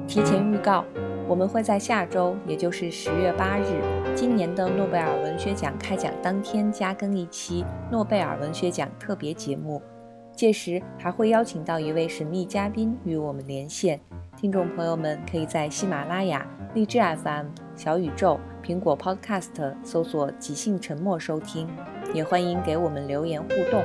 提前预告，我们会在下周，也就是10月8日，今年的诺贝尔文学奖开奖当天加更一期诺贝尔文学奖特别节目，届时还会邀请到一位神秘嘉宾与我们连线。听众朋友们可以在喜马拉雅、荔枝 FM、小宇宙、苹果 Podcast 搜索即兴沉默收听，也欢迎给我们留言互动。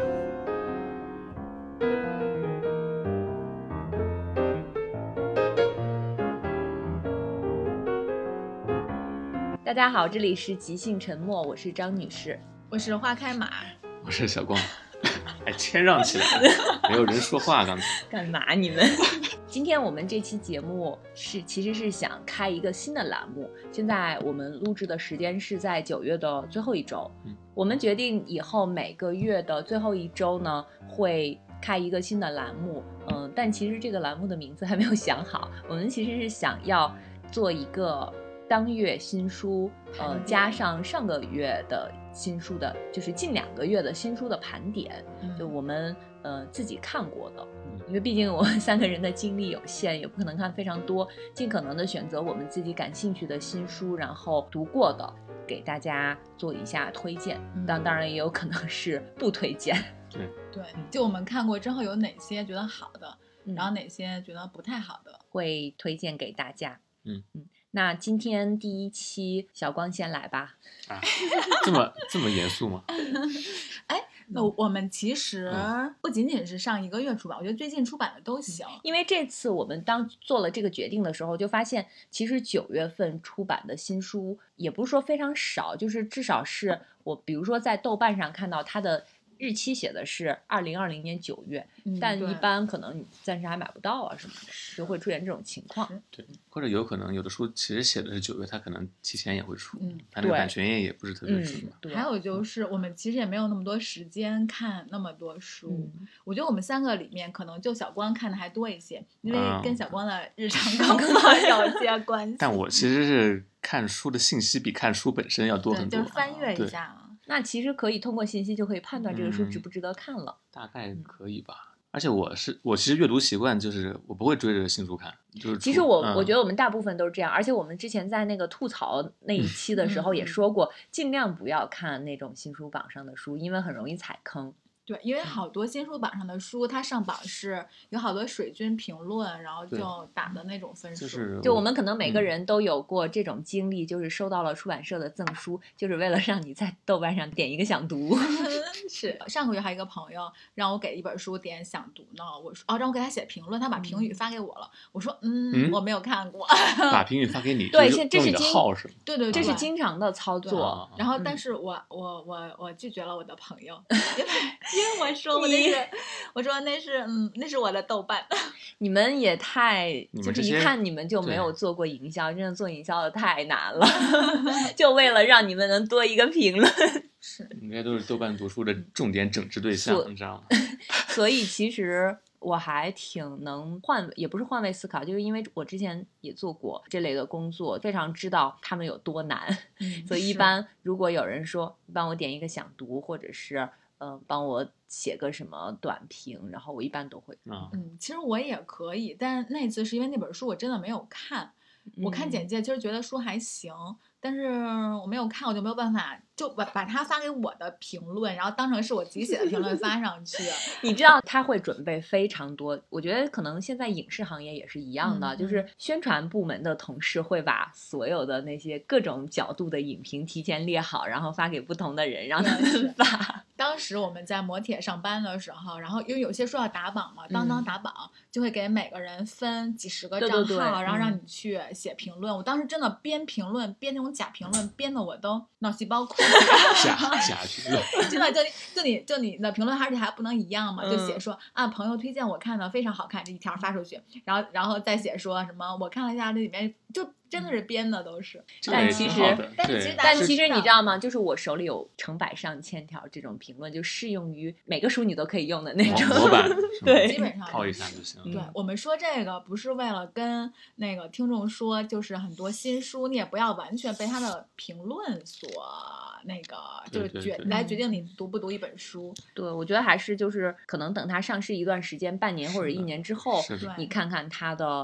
大家好，这里是即兴沉默，我是张女士， 我是花开马， 我是小光，还谦让起来了，没有人说话刚才。 干嘛你们？今天我们这期节目其实是想开一个新的栏目，现在我们录制的时间是在9月的最后一周，我们决定以后每个月的最后一周呢会开一个新的栏目，但其实这个栏目的名字还没有想好，我们其实是想要做一个当月新书，加上上个月的新书的，就是近2个月的新书的盘点，就我们自己看过的，因为毕竟我们3个人的精力有限，也不可能看非常多，尽可能的选择我们自己感兴趣的新书，然后读过的给大家做一下推荐，当然也有可能是不推荐。 对，就我们看过之后有哪些觉得好的，然后哪些觉得不太好的， 会推荐给大家。那今天第一期小光先来吧。 这么严肃吗？ 那我们其实不仅仅是上1个月出版，我觉得最近出版的都行。 因为这次我们当做了这个决定的时候，就发现其实9月份出版的新书也不是说非常少，就是至少是我比如说在豆瓣上看到它的日期写的是2020年9月，但一般可能你暂时还买不到啊什么的，就会出现这种情况。 对，或者有可能有的书其实写的是9月，它可能提前也会出，它那个版权也不是特别准嘛。 还有就是我们其实也没有那么多时间看那么多书，我觉得我们3个里面可能就小光看的还多一些，因为跟小光的日常工作有些关系。 但我其实是看书的信息比看书本身要多很多， 就是翻阅一下。 那其实可以通过信息就可以判断这个书值不值得看了， 大概可以吧。而且我其实阅读习惯就是我不会追着新书看，就是其实我觉得我们大部分都是这样，而且我们之前在那个吐槽那一期的时候也说过，尽量不要看那种新书榜上的书，因为很容易踩坑。 对，因为好多新书榜上的书，它上榜是有好多水军评论，然后就打的那种分数。 就我们可能每个人都有过这种经历，就是收到了出版社的赠书，就是为了让你在豆瓣上点一个想读。 是上个月还有一个朋友让我给一本书点想读呢，我说让我给他写评论，他把评语发给我了，我说我没有看过。 把评语发给你， 对， 这是你的号是吗？ 对， 这是经常的操作。 然后但是我拒绝了我的朋友，因为我说那是我的豆瓣。 你们也太就是一看你们就没有做过营销，真的做营销的太难了，就为了让你们能多一个评论。 是， 应该都是豆瓣读书的重点整治对象，你知道吗？ 所以其实我还挺能也不是换位思考，就是因为我之前也做过这类的工作，非常知道他们有多难。所以一般如果有人说帮我点一个想读，或者是帮我写个什么短评，然后我一般都会。 其实我也可以，但那次是因为那本书我真的没有看，我看简介其实觉得书还行，但是我没有看，我就没有办法就把他发给我的评论，然后当成是我自己写的评论发上去。 你知道他会准备非常多，我觉得可能现在影视行业也是一样的，就是宣传部门的同事会把所有的那些各种角度的影评提前列好，然后发给不同的人让他们发。 当时我们在磨铁上班的时候，然后因为有些书要打榜嘛，当打榜就会给每个人分几十个账号， 对， 然后让你去写评论。我当时真的编评论编那种假评论，编的我都脑细胞哭。 假评论， 真的就你的评论还不能一样嘛？就写说朋友推荐我看的非常好看，这一条发出去，然后再写说什么我看了一下这里面就真的是编的都是。 但其实你知道吗？就是我手里有成百上千条这种评论，就适用于每个书你都可以用的那种模板， 对，基本上套一下就行。 对，我们说这个不是为了跟那个听众说，就是很多新书你也不要完全被他的评论所那个就是来决定你读不读一本书。 对，我觉得还是就是可能等它上市一段时间，半年或者1年之后，你看看它的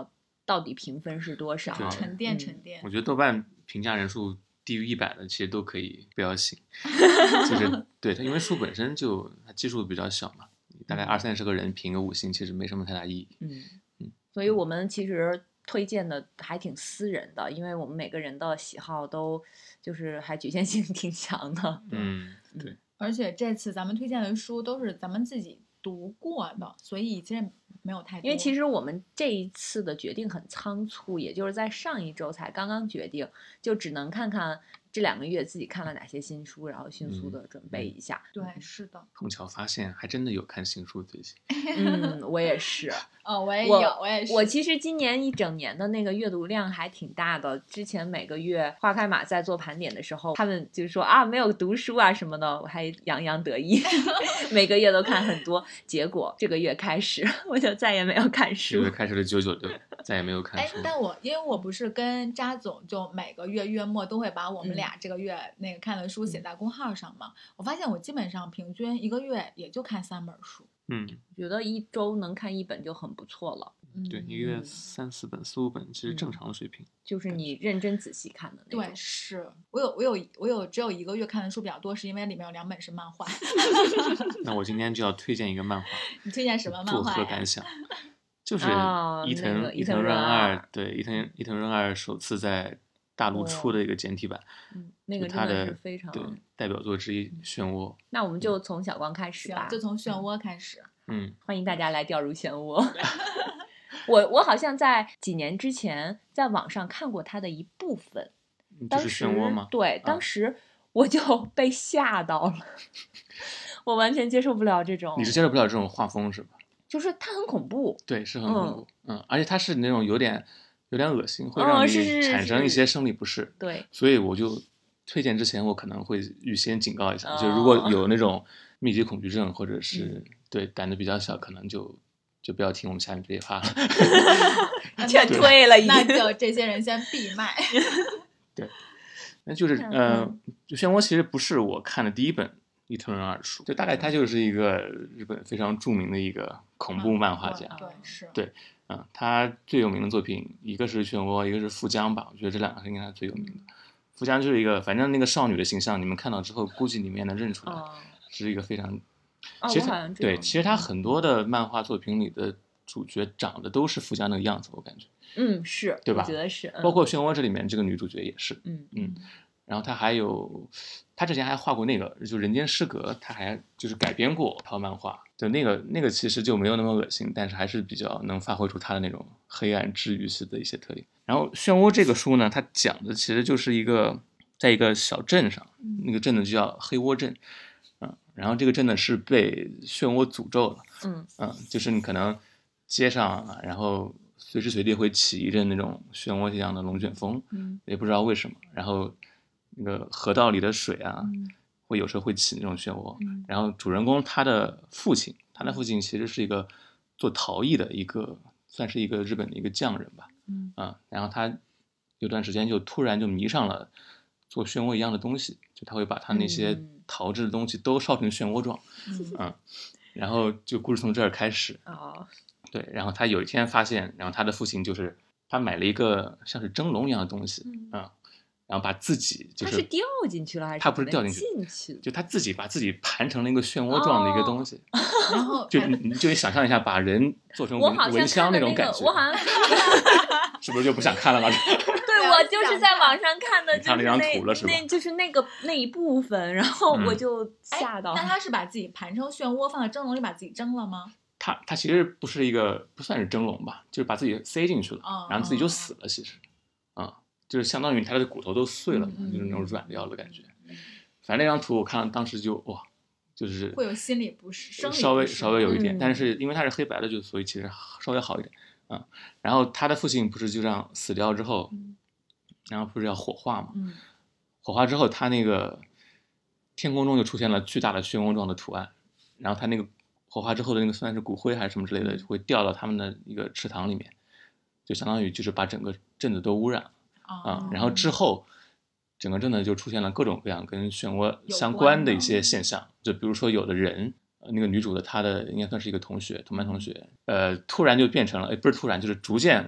到底评分是多少， 沉淀沉淀。 我觉得豆瓣评价人数低于100的其实都可以不要信，就是对它，因为书本身就它基数比较小嘛，大概20-30个人评个5星，其实没什么太大意义。 所以我们其实推荐的还挺私人的，因为我们每个人的喜好都就是还局限性挺强的。 对。 而且这次咱们推荐的书都是咱们自己读过的，所以其实没有太多。 因为其实我们这一次的决定很仓促，也就是在上一周才刚刚决定，就只能看看这2个月自己看了哪些新书，然后迅速的准备一下。 对，是的。 碰巧发现还真的有看新书最近。 我也是。 我也是。 我其实今年一整年的那个阅读量还挺大的。之前每个月花开马在做盘点的时候，他们就说啊没有读书啊什么的，我还洋洋得意，每个月都看很多。结果这个月开始我就再也没有看书。 这个开始了996，再也没有看书。 但因为我不是跟扎总就每个月末都会把我们俩这个月那个看的书写在公号上嘛，我发现我基本上平均一个月也就看3本书。 觉得1周能看1本就很不错了。 对，一个月3-4本、4-5本，其实正常的水平。 就是你认真仔细看的那种。 对，是我只有1个月看的书比较多，是因为里面有2本是漫画。 那我今天就要推荐一个漫画。 你推荐什么漫画呀？ 作何感想？就是伊藤润二，对，伊藤润二首次在大陆出的一个简体版。 那个真的是非常对代表作之一，漩涡。 那我们就从小光开始吧。 就从漩涡开始。 欢迎大家来掉入漩涡。我好像在几年之前在网上看过它的一部分。 就是漩涡吗？ 对，当时我就被吓到了。我完全接受不了这种。 你是接受不了这种画风是吧？ 就是它很恐怖。 对，是很恐怖。而且它是那种有点恶心，会让你产生一些生理不适。 对， 所以我就推荐之前我可能会预先警告一下，就如果有那种密集恐惧症或者是对胆子比较小，可能就不要听我们下面这些话了。 劝退了， 那就这些人先闭麦。 对，那就是就漩涡其实不是我看的第一本伊藤润二的书，就大概他就是一个日本非常著名的一个恐怖漫画家。 对，是。 对，他最有名的作品一个是漩涡，一个是富江吧，我觉得这2个是应该他最有名的。富江就是一个，反正那个少女的形象，你们看到之后估计你们也能认出来，是一个非常。其实他很多的漫画作品里的主角长得都是富江那个样子，我感觉。 是， 对吧？ 我觉得是。 包括漩涡这里面这个女主角也是。然后他之前还画过那个就人间失格，他还就是改编过套漫画，就那个其实就没有那么恶心，但是还是比较能发挥出他的那种黑暗治愈式的一些特点。然后漩涡这个书呢，它讲的其实就是在一个小镇上，那个镇呢就叫黑涡镇。然后这个镇呢是被漩涡诅咒了。就是你可能街上然后随时随地会起一阵那种漩涡一样的龙卷风，也不知道为什么。然后那个河道里的水会有时候会起那种漩涡。然后主人公他的父亲其实是一个做陶艺的算是一个日本的一个匠人吧。然后他有段时间就突然就迷上了做漩涡一样的东西，就他会把他那些陶制的东西都烧成漩涡状。然后就故事从这儿开始。对，然后他有一天发现，然后他的父亲就是他买了一个像是蒸笼一样的东西。然后把自己就是他是掉进去了还是他不是掉进去，就他自己把自己盘成了一个漩涡状的一个东西。 然后你就想象一下把人做成蚊香那种感觉。 我好像是不是就不想看了吗？ 对，我就是在网上看的， 看那张图了是吧？ 就是那一部分，然后我就吓到。 那他是把自己盘成漩涡放在蒸笼里把自己蒸了吗？ 他其实不算是蒸笼吧，就是把自己塞进去了，然后自己就死了。其实就是相当于他的骨头都碎了嘛，就是那种软掉的感觉。反正那张图我看了当时就哇，就是会有心理不适，生理稍微有一点。但是因为它是黑白的，就所以其实稍微好一点。然后他的父亲不是就这样死掉之后，然后不是要火化嘛？火化之后，他那个天空中就出现了巨大的漩涡状的图案，然后他那个火化之后的那个算是骨灰还是什么之类的，就会掉到他们的一个池塘里面，就相当于就是把整个镇子都污染了。然后之后整个镇子就出现了各种各样跟漩涡相关的一些现象，就比如说有的人，那个女主的她的应该算是一个同班同学，突然就变成了，不是突然，就是逐渐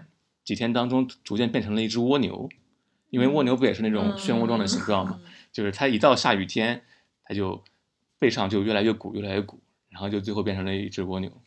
几天当中逐渐变成了一只蜗牛，因为蜗牛不也是那种漩涡状的形状嘛，就是它一到下雨天，它就背上就越来越鼓，越来越鼓，然后就最后变成了一只蜗牛。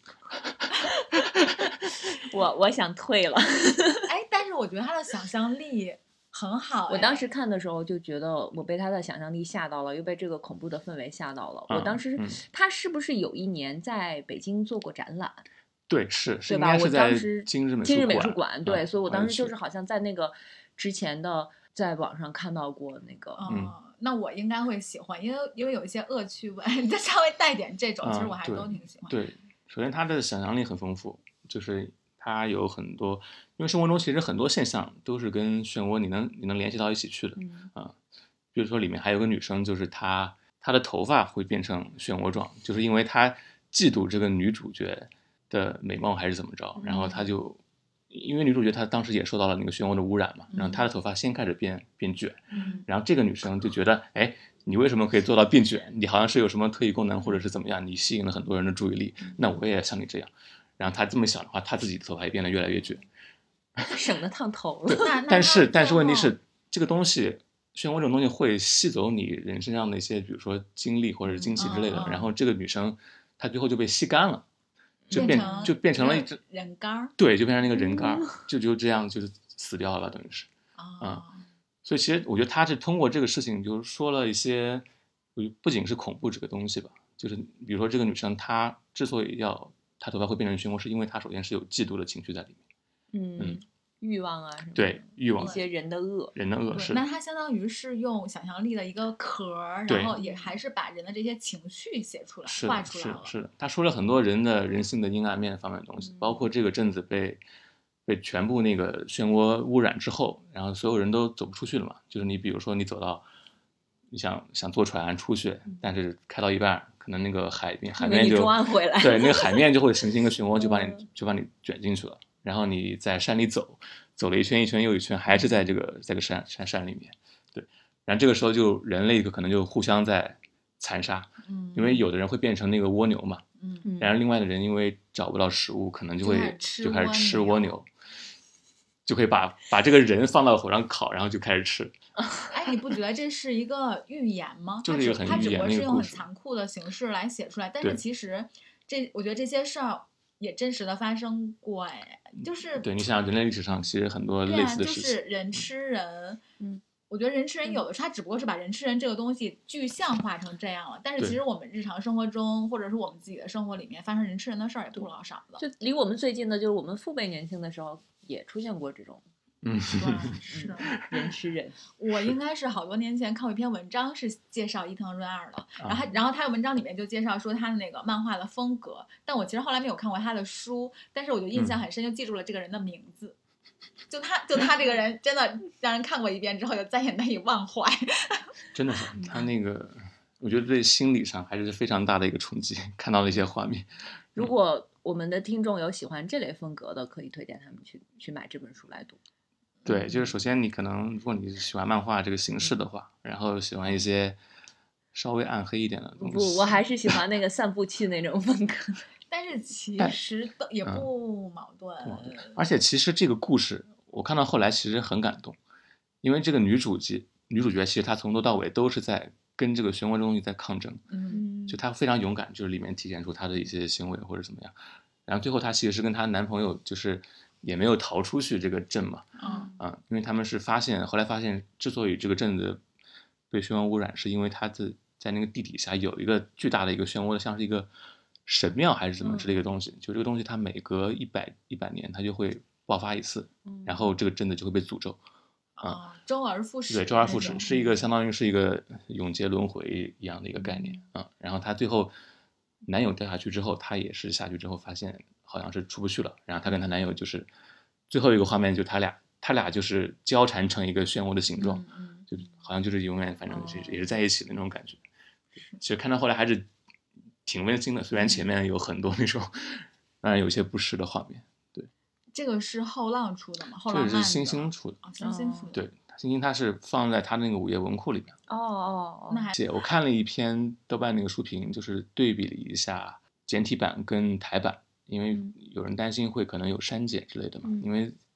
我想退了。 哎，但是我觉得他的想象力很好。 我当时看的时候就觉得我被他的想象力吓到了，又被这个恐怖的氛围吓到了。我当时他是不是有一年在北京做过展览？ 对，是对吧？我当时今日美术馆，对，所以我当时就是好像在那个之前的在网上看到过那个。 那我应该会喜欢，因为有一些恶趣味，再稍微带点这种，其实我还都挺喜欢。 对，首先他的想象力很丰富，就是他有很多，因为生活中其实很多现象都是跟漩涡你能联系到一起去的比如说里面还有个女生，就是她的头发会变成漩涡状，就是因为她嫉妒这个女主角的美貌还是怎么着，然后她就因为女主角她当时也受到了那个漩涡的污染嘛，然后她的头发先开始变卷，然后这个女生就觉得，哎，你为什么可以做到变卷？你好像是有什么特异功能或者是怎么样，你吸引了很多人的注意力，那我也像你这样。然后她这么想的话，她自己的头发也变得越来越卷， 省得烫头了。 但是问题是，这个东西漩涡这种东西会吸走你人身上的一些，比如说精力或者是精气之类的，然后这个女生她最后就被吸干了。就变成了一只人干， 对，就变成那个人干，就这样就是死掉了，等于是所以其实我觉得他是通过这个事情，就是说了一些，不仅是恐怖这个东西吧，就是比如说这个女生她之所以她头发会变成漩涡，是因为她首先是有嫉妒的情绪在里面， 欲望啊什么， 对，欲望， 一些人的恶是。 那它相当于是用想象力的一个壳，然后也还是把人的这些情绪写出来、画出来了。 是的，他说了很多人性的阴暗面方面的东西，包括这个镇子被全部那个漩涡污染之后，然后所有人都走不出去了嘛。就是你比如说你走到，你想坐船出去，但是开到一半，可能那个海面就对，那个海面就会形成一个漩涡，就把你卷进去了。然后你在山里走了一圈又一圈，还是在这个山里面，对。然后这个时候就人类可能就互相在残杀，因为有的人会变成那个蜗牛嘛，然后另外的人因为找不到食物，可能就开始吃蜗牛，就可以把这个人放到火上烤，然后就开始吃。 哎，你不觉得这是一个寓言吗？ 就是一个很它只不过是用很寓言的一个故事残酷的形式来写出来，但是其实我觉得这些事儿也真实的发生过。哎，就是对，你想人类历史上其实很多类似的事情， 就是人吃人。我觉得人吃人有的时候它只不过是把人吃人这个东西具象化成这样了，但是其实我们日常生活中或者是我们自己的生活里面发生人吃人的事儿也不老少的。 就离我们最近的就是我们父辈年轻的时候也出现过这种是人吃人。 我应该是好多年前看过一篇文章，是介绍伊藤润二的，然后他的文章里面就介绍说他的那个漫画的风格，但我其实后来没有看过他的书，但是我就印象很深，就记住了这个人的名字。就他这个人真的让人看过一遍之后就再也难以忘怀。 真的是他那个，我觉得对心理上还是非常大的一个冲击，看到了一些画面。 如果我们的听众有喜欢这类风格的，可以推荐他们去买这本书来读。 对，就是首先你可能如果你喜欢漫画这个形式的话，然后喜欢一些稍微暗黑一点的东西。 不，我还是喜欢那个散步去那种风格。 但是其实也不矛盾。 而且其实这个故事我看到后来其实很感动，因为这个女主角其实她从头到尾都是在跟这个漩涡东西在抗争，就她非常勇敢，就是里面体现出她的一些行为或者怎么样。然后最后她其实是跟她男朋友就是也没有逃出去这个镇嘛，因为他们是后来发现之所以这个镇子被漩涡污染，是因为它在那个地底下有一个巨大的一个漩涡，像是一个神庙还是怎么之类的东西，就这个东西它每隔100年它就会爆发一次，然后这个镇子就会被诅咒周而复始。 对，周而复始是一个相当于是一个永劫轮回一样的一个概念然后她最后男友掉下去之后，她也是下去之后发现好像是出不去了，然后她跟她男友就是最后一个画面就他俩就是交缠成一个漩涡的形状，就好像就是永远反正也是在一起的那种感觉。其实看到后来还是挺温馨的，虽然前面有很多那种让人有些不适的画面。对， 这个是后浪出的吗？后浪这个是星星出的。 星星出的。 对，星星它是放在它那个午夜文库里面。 那我看了一篇豆瓣那个书评，就是对比了一下简体版跟台版，因为有人担心会可能有删减之类的嘛，因为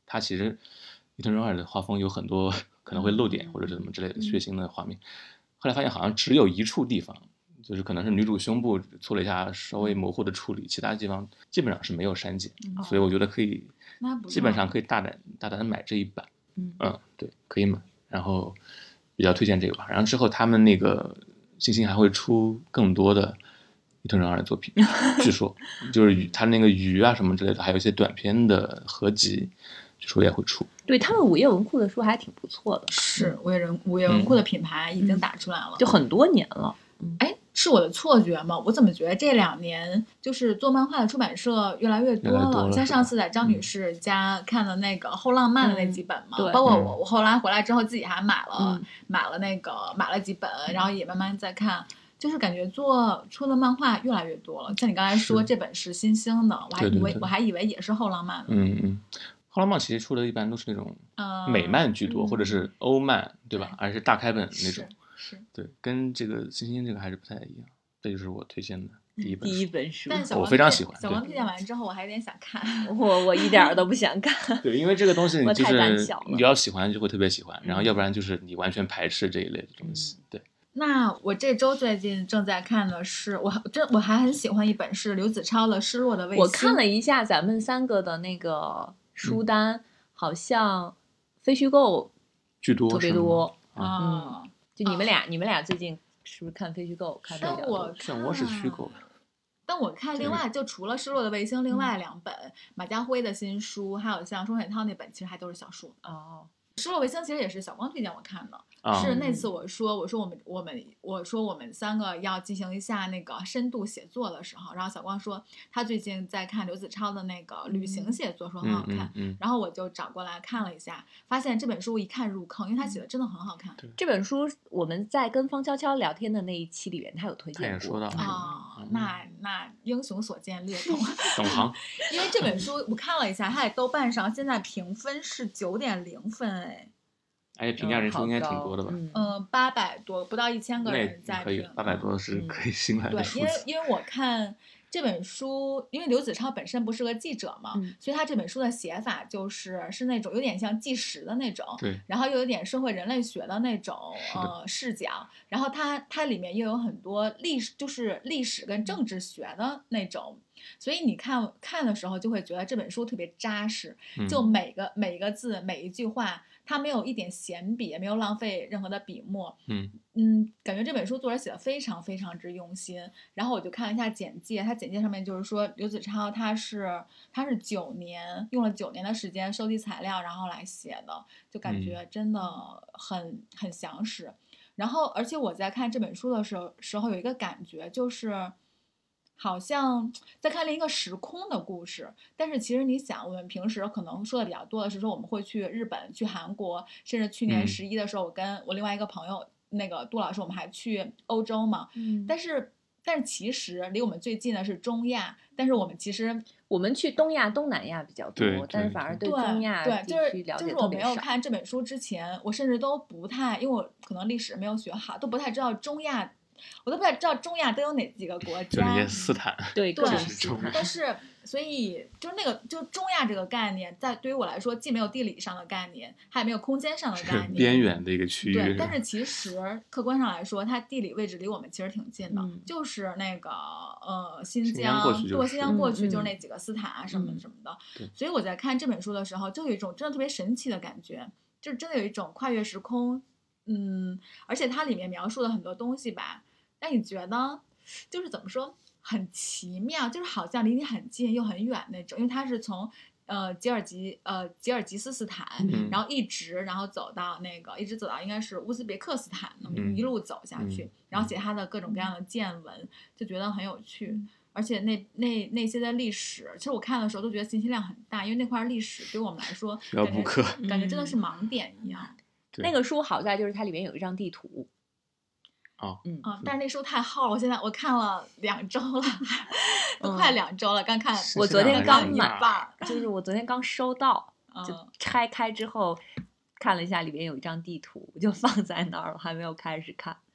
它其实伊藤润二的画风有很多可能会漏点或者是什么之类的血腥的画面，后来发现好像只有一处地方，就是可能是女主胸部做了一下稍微模糊的处理，其他地方基本上是没有删减，所以我觉得可以，基本上可以大胆的买这一版，对，可以买，然后比较推荐这个吧。然后之后他们那个星星还会出更多的伊藤润二的作品，据说就是他那个鱼啊什么之类的，还有一些短篇的合集，据说也会出。 对，他们午夜文库的书还挺不错的， 是午夜文库的品牌已经打出来了， 就很多年了。 哎，是我的错觉吗？我怎么觉得这2年就是做漫画的出版社越来越多了？像上次在张女士家看的那个后浪漫的那几本嘛，包括我后来回来之后自己还买了几本，然后也慢慢在看。就是感觉出的漫画越来越多了，像你刚才说这本是新兴的，我还以为也是后浪漫的。 后浪漫其实出的一般都是那种美漫居多，或者是欧漫，对吧？而是大开本那种。 是对，跟这个星星这个还是不太一样。这就是我推荐的第一本书， 但我非常喜欢。 小光推荐完之后，我还有点想看。 我一点都不想看。 对，因为这个东西你就是你要喜欢就会特别喜欢，然后要不然就是你完全排斥这一类的东西。对。 那我这周最近正在看的是，我还很喜欢一本是刘子超的《失落的卫星》。 我看了一下咱们3个的那个书单，好像非虚构居多， 特别多啊。 就你们俩最近是不是看非虚构看的比较多？ 漩涡是虚构的。 但我看另外就除了《失落的卫星》，另外2本马家辉的新书，还有像双雪涛那本，其实还都是小说。失落卫星其实也是小光推荐我看的，是那次我说我们3个要进行一下那个深度写作的时候，然后小光说他最近在看刘子超的那个旅行写作，说很好看，然后我就找过来看了一下，发现这本书一看入坑，因为他写的真的很好看。 这本书我们在跟方悄悄聊天的那一期里面，他有推荐过， 他也说到那英雄所见略同， 懂行。 因为这本书我看了一下，它在豆瓣上现在评分是9.0分。 而且评价人数应该挺多的吧 ？800多，不到1000个人在评。 800多是可以信赖的数字。 对，因为我看这本书，因为刘子超本身不是个记者嘛，所以他这本书的写法是那种有点像纪实的那种， 对， 然后又有点社会人类学的那种视角，然后它里面又有很多历史跟政治学的那种。所以你看的时候就会觉得这本书特别扎实，就每一个字每一句话，它没有一点闲笔，也没有浪费任何的笔墨。感觉这本书作者写的非常非常之用心。然后我就看了一下简介，它简介上面就是说刘子超他是用了9年的时间收集材料，然后来写的，就感觉真的很详实。然后而且我在看这本书的时候有一个感觉就是。好像在看另一个时空的故事，但是其实你想，我们平时可能说的比较多的是说我们会去日本、去韩国，甚至去年11的时候，我跟我另外一个朋友那个杜老师，我们还去欧洲嘛。但是其实离我们最近的是中亚，但是我们去东亚、东南亚比较多，但是反而对中亚地区了解特别少。 就是我没有看这本书之前，我甚至都不太，因为我可能历史没有学好，都不太知道中亚。我都不太知道中亚都有哪几个国家， 就那些斯坦， 对， 但是所以就是就中亚这个概念，在对于我来说，既没有地理上的概念，还没有空间上的概念， 边缘的一个区域。 对，但是其实客观上来说，它地理位置离我们其实挺近的，就是那个新疆过去就是那几个斯坦啊什么什么的。所以我在看这本书的时候，就有一种真的特别神奇的感觉，就是真的有一种跨越时空。而且它里面描述的很多东西吧，让你觉得就是怎么说很奇妙，就是好像离你很近又很远那种。因为它是从吉尔吉斯斯坦，然后一直走到应该是乌兹别克斯坦，一路走下去，然后写它的各种各样的见闻，就觉得很有趣。而且那些的历史，其实我看的时候都觉得信息量很大，因为那块历史对我们来说感觉真的是盲点一样。 那个书好在就是它里面有一张地图， 但是那书太厚了，我看了2周了，都快2周了，刚看。 我昨天刚买，就是我昨天刚收到，就拆开之后看了一下，里面有一张地图，我就放在那儿了，还没有开始看。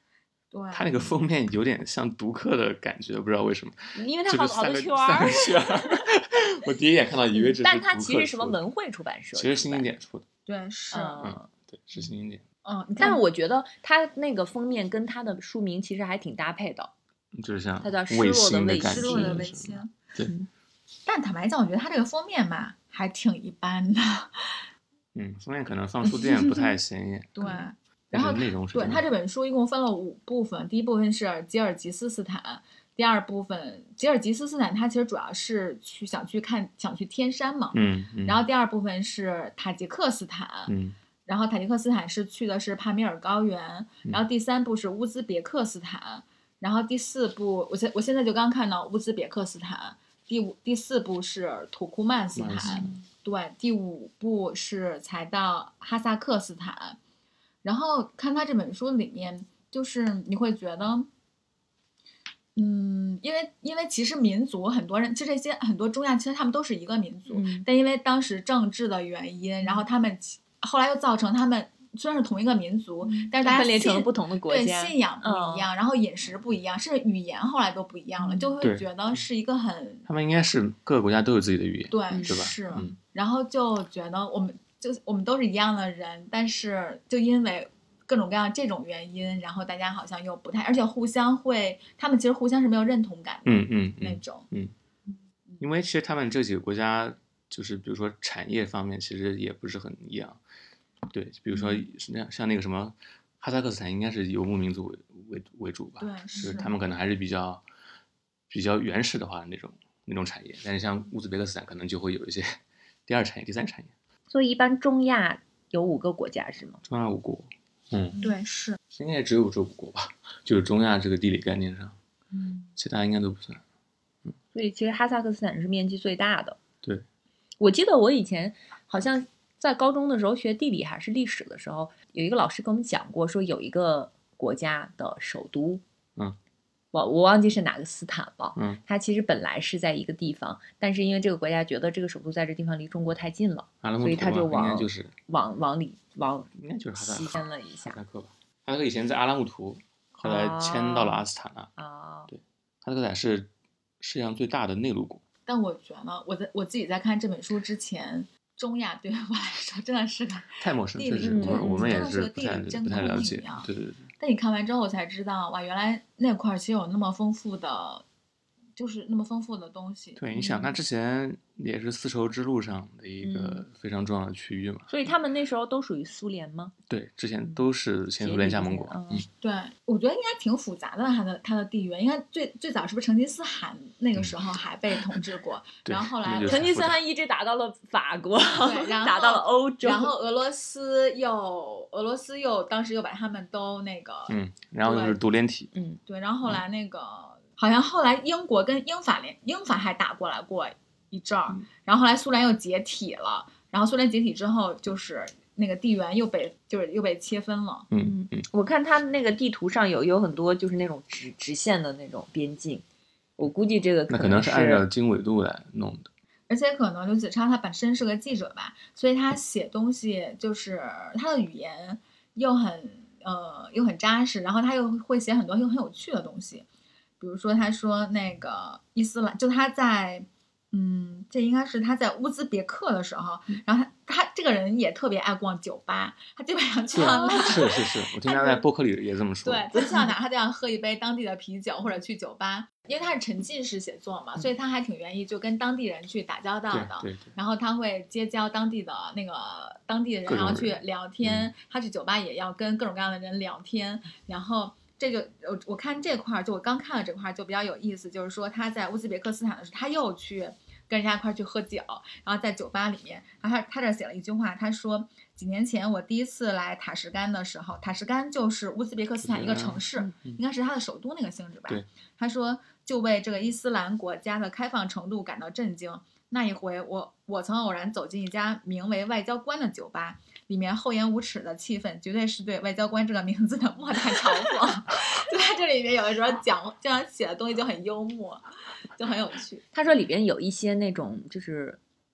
对， 它那个封面有点像读客的感觉，不知道为什么， 因为它好多圈儿。我第一眼看到以为这是， 但它其实什么文汇出版社， 其实新经典出的。 对，是， 对，是新经典。 但是我觉得它那个封面跟它的书名其实还挺搭配的， 就是像它叫失落的卫星， 失落的卫星。 对， 但坦白讲，我觉得它这个封面吧还挺一般的。 封面可能放书店不太显眼。 对。然后内容是对他这本书一共分了5部分，第一部分是吉尔吉斯斯坦，第二部分吉尔吉斯斯坦它其实主要是想去天山嘛，然后第二部分是塔吉克斯坦，然后塔吉克斯坦去的是帕米尔高原，然后第3部是乌兹别克斯坦，然后第4部我现在就刚看到乌兹别克斯坦，第4部是土库曼斯坦，对，第5部是才到哈萨克斯坦。然后看他这本书里面，就是你会觉得，因为其实民族很多人，其实这些很多中亚，其实他们都是一个民族，但因为当时政治的原因，然后他们后来又造成他们虽然是同一个民族，但是大家分裂成了不同的国家， 对，信仰不一样，然后饮食不一样，甚至语言后来都不一样了，就会觉得是一个很， 他们应该是各个国家都有自己的语言， 对， 对吧？ 是，然后就觉得我们都是一样的人，但是就因为各种各样这种原因，然后大家好像又不太，而且他们其实互相是没有认同感的，那种， 因为其实他们这几个国家就是比如说产业方面其实也不是很一样，对，比如说像那个什么哈萨克斯坦应该是游牧民族为主吧， 对， 是他们可能还是比较原始的话那种产业，但是像乌兹别克斯坦可能就会有一些第2产业、第3产业。 所以一般中亚有5个国家是吗？ 中亚5国， 对，是应该只有这5国吧，就是中亚这个地理概念上，其他应该都不算。 所以其实哈萨克斯坦是面积最大的。 对， 我记得我以前好像在高中的时候学地理还是历史的时候，有一个老师跟我们讲过，说有一个国家的首都，我忘记是哪个斯坦了，它其实本来是在一个地方，但是因为这个国家觉得这个首都在这地方离中国太近了，所以他就往应该就是西迁了一下。 哈萨克吧，哈萨克以前在阿拉木图，后来迁到了阿斯塔纳。对，哈萨克斯坦是世界上最大的内陆国。 但我觉得我自己在看这本书之前，中亚对我来说真的是个太陌生，确实我们也是不太了解。对。 但你看完之后，我才知道，哇，原来那块其实有那么丰富的，就是那么丰富的东西。 对，你想，它之前也是丝绸之路上的一个非常重要的区域嘛。 所以他们那时候都属于苏联吗？ 对，之前都是前苏联加盟国。 对，我觉得应该挺复杂的，它的地缘应该最早是不是成吉思汗那个时候还被统治过，然后后来成吉思汗一直打到了法国， 对，然后打到了欧洲， 然后俄罗斯又当时又把他们都那个， 然后就是独联体， 对，然后后来那个好像后来英国跟英法还打过来过一阵儿，然后后来苏联又解体了，然后苏联解体之后就是那个地缘又被切分了。 我看他那个地图上有很多就是那种直线的那种边境，我估计这个可能是按照经纬度来弄的。 而且可能刘子超他本身是个记者吧，所以他写东西就是他的语言又很扎实，然后他又会写很多又很有趣的东西，比如说他说那个伊斯兰，就他在这应该是他在乌兹别克的时候，然后他这个人也特别爱逛酒吧，他基本上去到哪是，我听他在播客里也这么说。 对，去到哪他就要喝一杯当地的啤酒或者去酒吧，因为他是沉浸式写作嘛，所以他还挺愿意就跟当地人去打交道的。 对， 然后他会结交当地的人，然后去聊天。他去酒吧也要跟各种各样的人聊天，然后。这个我看这块就我刚看了这块就比较有意思，就是说他在乌兹别克斯坦的时候，他又去跟人家一块去喝酒，然后在酒吧里面，然后他这写了一句话，他说几年前我第一次来塔什干的时候，塔什干就是乌兹别克斯坦一个城市，应该是他的首都那个性质吧。他说就为这个伊斯兰国家的开放程度感到震惊。那一回我曾偶然走进一家名为外交官的酒吧，里面厚颜无耻的气氛绝对是对外交官这个名字的莫大嘲讽。就在这里面有的时候这样写的东西就很幽默，就很有趣。 他说里边有一些那种就是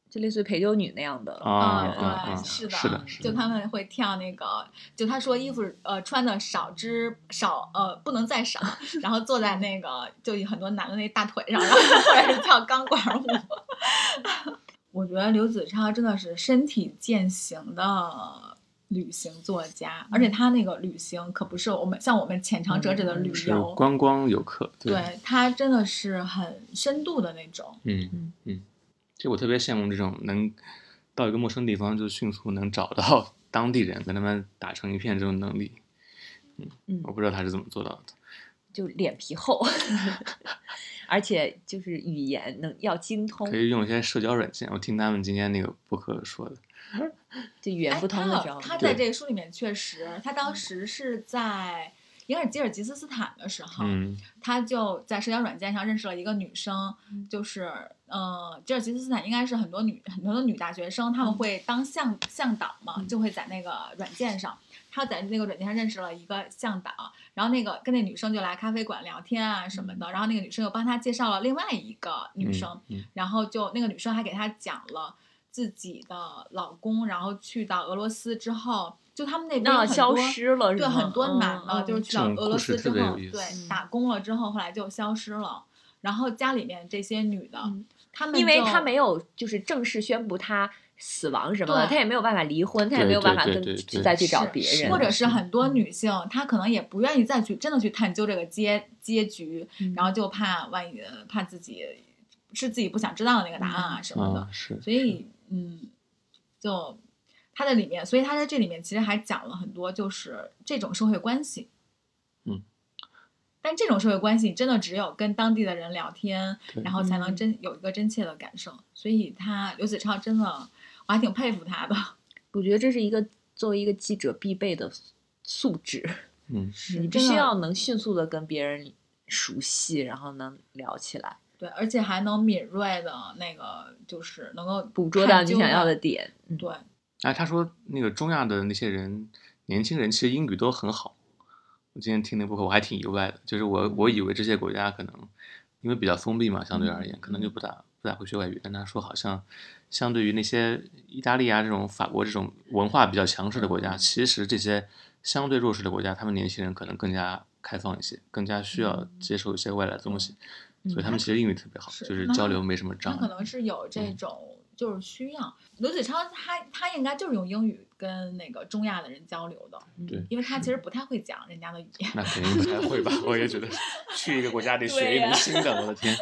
就类似于陪酒女那样的对，是的， 就他们会跳那个，就他说衣服穿的不能再少，然后坐在那个就很多男的那大腿上，然后或者是跳钢管舞。我觉得刘子超真的是身体践行的旅行作家，而且他那个旅行可不是像我们浅尝辄止的旅游， 观光游客， 对他真的是很深度的那种。 其实我特别羡慕这种能到一个陌生地方就迅速能找到当地人，跟他们打成一片这种能力。我不知道他是怎么做到的， 就脸皮厚，而且就是语言要精通， 可以用一些社交软件。我听他们今天那个播客说的， 就语言不通的时候， 他在这个书里面确实，他当时是在应该是吉尔吉斯斯坦的时候，他就在社交软件上认识了一个女生，就是吉尔吉斯斯坦应该是很多的女大学生，他们会当向导嘛，就会在那个软件上，他在那个软件上认识了一个向导，然后那个跟那女生就来咖啡馆聊天啊什么的，然后那个女生又帮他介绍了另外一个女生，然后就那个女生还给他讲了自己的老公，然后去到俄罗斯之后。就他们那边很多消失了， 对很多男的，就是去到俄罗斯之后， 对打工了之后，后来就消失了。然后家里面这些女的，他们因为他没有就是正式宣布他死亡什么的，他也没有办法离婚，他也没有办法再去找别人， 或者是很多女性，她可能也不愿意再去真的去探究这个结局，然后就怕自己是自己不想知道的那个答案啊什么的，所以就。他在里面，所以他在这里面其实还讲了很多，就是这种社会关系。但这种社会关系真的只有跟当地的人聊天，然后才能有一个真切的感受。所以刘子超真的，我还挺佩服他的。 我觉得这是作为一个记者必备的素质。你必须要能迅速的跟别人熟悉，然后能聊起来。 对，而且还能敏锐的那个，就是能够捕捉到你想要的点。 对。 他说那个中亚的那些人，年轻人其实英语都很好。我今天听那播客我还挺意外的，就是我以为这些国家可能因为比较封闭嘛，相对而言可能就不大会学外语。但他说好像相对于那些意大利啊这种法国这种文化比较强势的国家，其实这些相对弱势的国家，他们年轻人可能更加开放一些，更加需要接受一些外来的东西，所以他们其实英语特别好，就是交流没什么障碍。 他可能是有这种。就是需要刘子超他应该就是用英语跟那个中亚的人交流的， 对， 因为他其实不太会讲人家的语言。 那肯定不太会吧？我也觉得去一个国家得学一门新的，我的天。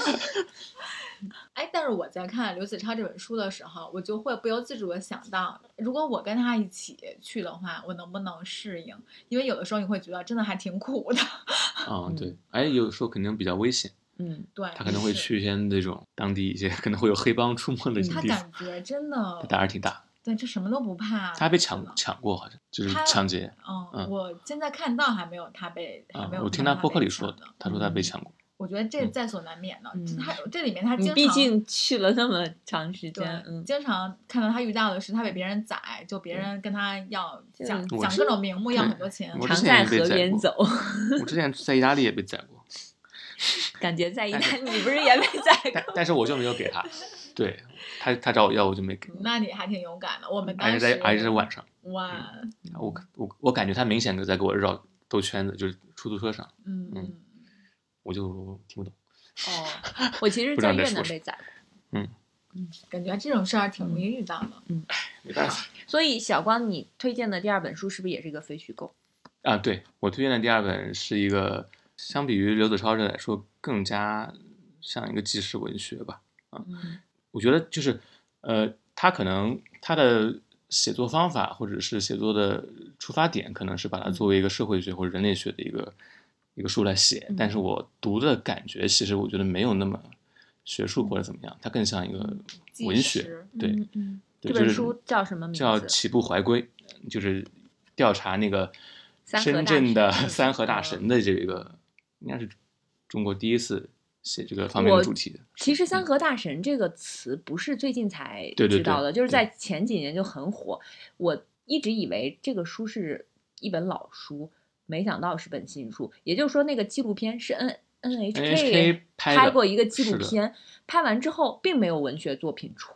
但是我在看刘子超这本书的时候，我就会不由自主的想到，如果我跟他一起去的话，我能不能适应？因为有的时候你会觉得真的还挺苦的。 对，有时候肯定比较危险。 对， 他可能会去一些那种当地一些可能会有黑帮出没的地方。 他感觉真的他胆儿挺大。 对，这什么都不怕。 他被抢过，好像就是抢劫。 我现在看到还没有我听他播客里说的，他说他被抢过。 我觉得这在所难免的。他这里面他经常， 毕竟去了那么长时间， 经常看到他遇到的是他被别人宰，就别人跟他要讲各种名目，要很多钱。 常在河边走。 我之前在意大利也被宰过。 感觉在意大利，你不是也被宰过？ 但是我就没有给他，对他找我要，我就没给。 那你还挺勇敢的。我们当时还是晚上。 哇！ 我感觉他明显的在给我兜圈子，就是出租车上。我就听不懂。 我其实在越南被宰过。 感觉这种事儿挺容易遇到的。 没办法。 所以小光，你推荐的第二本书是不是也是一个非虚构？ 对，我推荐的第二本是一个。相比于刘子超这来说，更加像一个纪实文学吧。我觉得就是他可能他的写作方法或者是写作的出发点，可能是把它作为一个社会学或者人类学的一个书来写。但是我读的感觉，其实我觉得没有那么学术或者怎么样，它更像一个文学。对， 这本书叫什么名字？ 叫《起步怀归》，就是调查那个深圳的三河大神的这个。应该是中国第一次写这个方面的主题的。 其实三河大神这个词不是最近才知道的，就是在前几年就很火。我一直以为这个书是一本老书，没想到是本新书。也就是说，那个纪录片是 NHK 拍过一个纪录片，拍完之后并没有文学作品出来。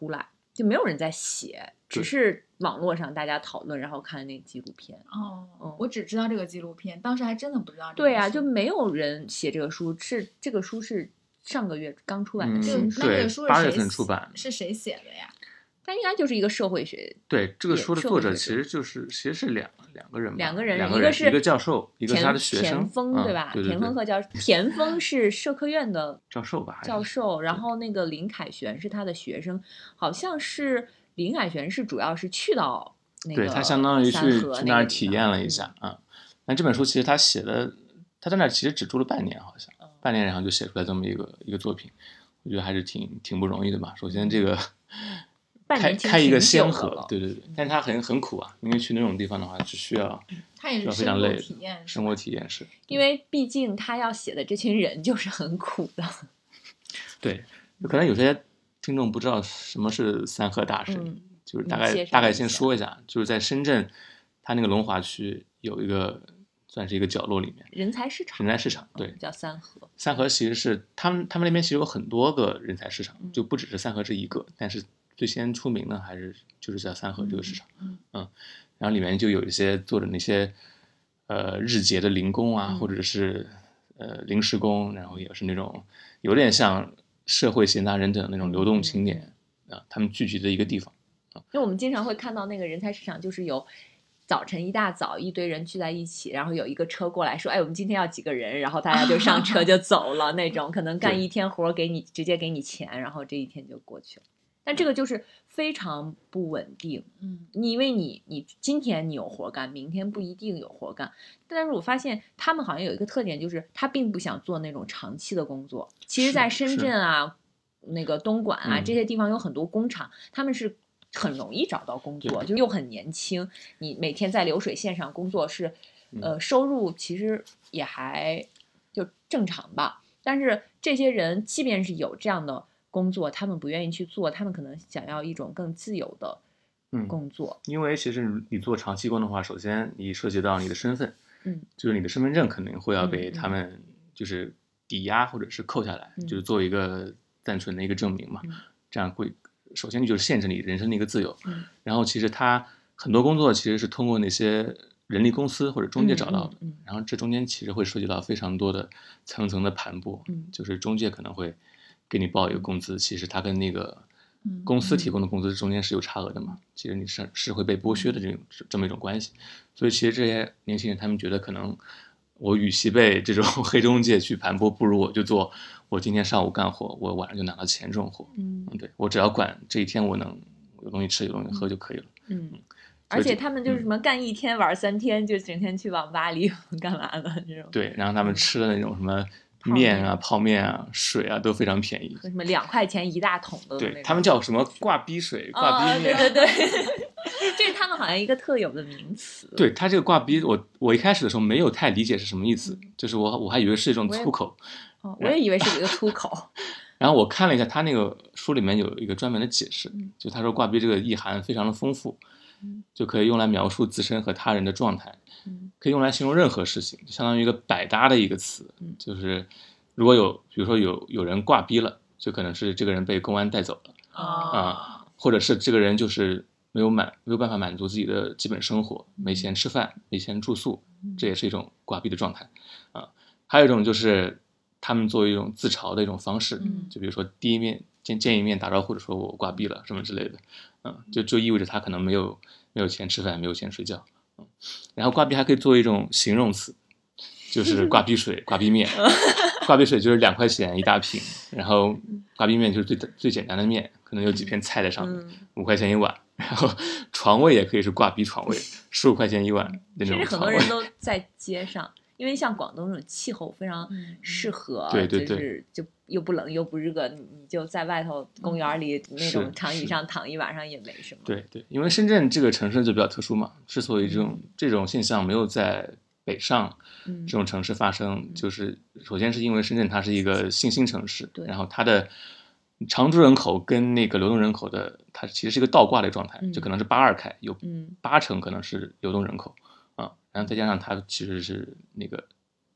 就没有人在写，只是网络上大家讨论，然后看那个纪录片。 我只知道这个纪录片，当时还真的不知道。 对啊，就没有人写这个书，这个书是上个月刚出版的新书。 那这个书是 8月份出版， 是谁写的呀？ 它应该就是一个社会学。 对，这个书的作者其实是两个人， 一个是一个教授，一个是他的学生田丰，对吧？ 对田丰和田丰是社科院的教授吧？ 教授，然后那个林凯旋是他的学生，好像是林凯旋是主要是去到那个对他相当于去那儿体验了一下啊。但这本书其实他写的，他在那儿其实只住了半年，好像半年，然后就写出来这么一个作品，我觉得还是挺不容易的吧。首先这个。开一个先河，对，但是他很苦啊，因为去那种地方的话是需要， 他也是非常累， 生活体验是， 因为毕竟他要写的这群人就是很苦的。 对，可能有些听众不知道什么是三河大神，就是大概先说一下，就是在深圳，他那个龙华区有一个算是一个角落里面， 人才市场， 对， 叫三河。 三河其实是他们那边其实有很多个人才市场，就不只是三河这一个，但是。最先出名的还是就是叫三河这个市场，然后里面就有一些做的那些日结的零工啊，或者是临时工，然后也是那种有点像社会闲杂人等的那种流动青年啊，他们聚集的一个地方。 因为我们经常会看到那个人才市场，就是有早晨一大早一堆人聚在一起，然后有一个车过来说，哎，我们今天要几个人，然后大家就上车就走了那种，可能干一天活直接给你钱，然后这一天就过去了。但这个就是非常不稳定，因为你今天你有活干，明天不一定有活干。但是我发现他们好像有一个特点，就是他并不想做那种长期的工作。其实，在深圳啊、那个东莞啊这些地方有很多工厂，他们是很容易找到工作，就又很年轻。你每天在流水线上工作是，收入其实也还就正常吧。但是这些人即便是有这样的工作，他们不愿意去做，他们可能想要一种更自由的工作。 因为其实你做长期工的话，首先你涉及到你的身份，就是你的身份证可能会要被他们就是抵押或者是扣下来，就是做一个暂存的一个证明嘛，这样会首先就是限制你人生的一个自由。然后其实他很多工作其实是通过那些人力公司或者中介找到的，然后这中间其实会涉及到非常多的层层的盘剥，就是中介可能会给你报一个工资，其实他跟那个公司提供的工资中间是有差额的嘛，其实你是会被剥削的这么一种关系。所以其实这些年轻人他们觉得可能我与其被这种黑中介去盘剥，不如我就做我今天上午干活，我晚上就拿到钱这种活。对，我只要管这一天我能有东西吃有东西喝就可以了。 而且他们就是什么干一天玩3天，就整天去网吧里干嘛的这种。 对，然后他们吃的那种什么面啊、泡面啊、水啊都非常便宜， 什么2块钱一大桶的。 对，他们叫什么挂逼水、挂逼面。 对，这是他们好像一个特有的名词。 对，他这个挂逼，我一开始的时候没有太理解是什么意思，就是我还以为是一种粗口。 我也以为是一个粗口。 然后我看了一下他那个书里面有一个专门的解释，就他说挂逼这个意涵非常的丰富，就可以用来描述自身和他人的状态，可以用来形容任何事情，就相当于一个百搭的一个词。就是如果比如说有人挂逼了，就可能是这个人被公安带走了或者是这个人就是没有办法满足自己的基本生活，没钱吃饭，没钱住宿，这也是一种挂逼的状态还有一种就是他们作为一种自嘲的一种方式，就比如说第一面见一面打招呼的时候我挂逼了什么之类的，就意味着他可能没有钱吃饭，没有钱睡觉。然后挂逼还可以作为一种形容词，就是挂逼水、挂逼面。挂逼水就是2块钱一大瓶，然后挂逼面就是最简单的面，可能有几片菜在上面，5块钱一碗。然后床位也可以是挂逼床位，15块钱一晚那种床位。 其实很多人都在街上，因为像广东这种气候非常适合， 对， 就是就又不冷又不热，你就在外头公园里那种长椅上躺一晚上也没什么。 对，因为深圳这个城市就比较特殊嘛，之所以这种现象没有在北上这种城市发生，就是首先是因为深圳它是一个新兴城市，然后它的常住人口跟那个流动人口的它其实是一个倒挂的状态，就可能是82开，有80%可能是流动人口然后再加上它其实是那个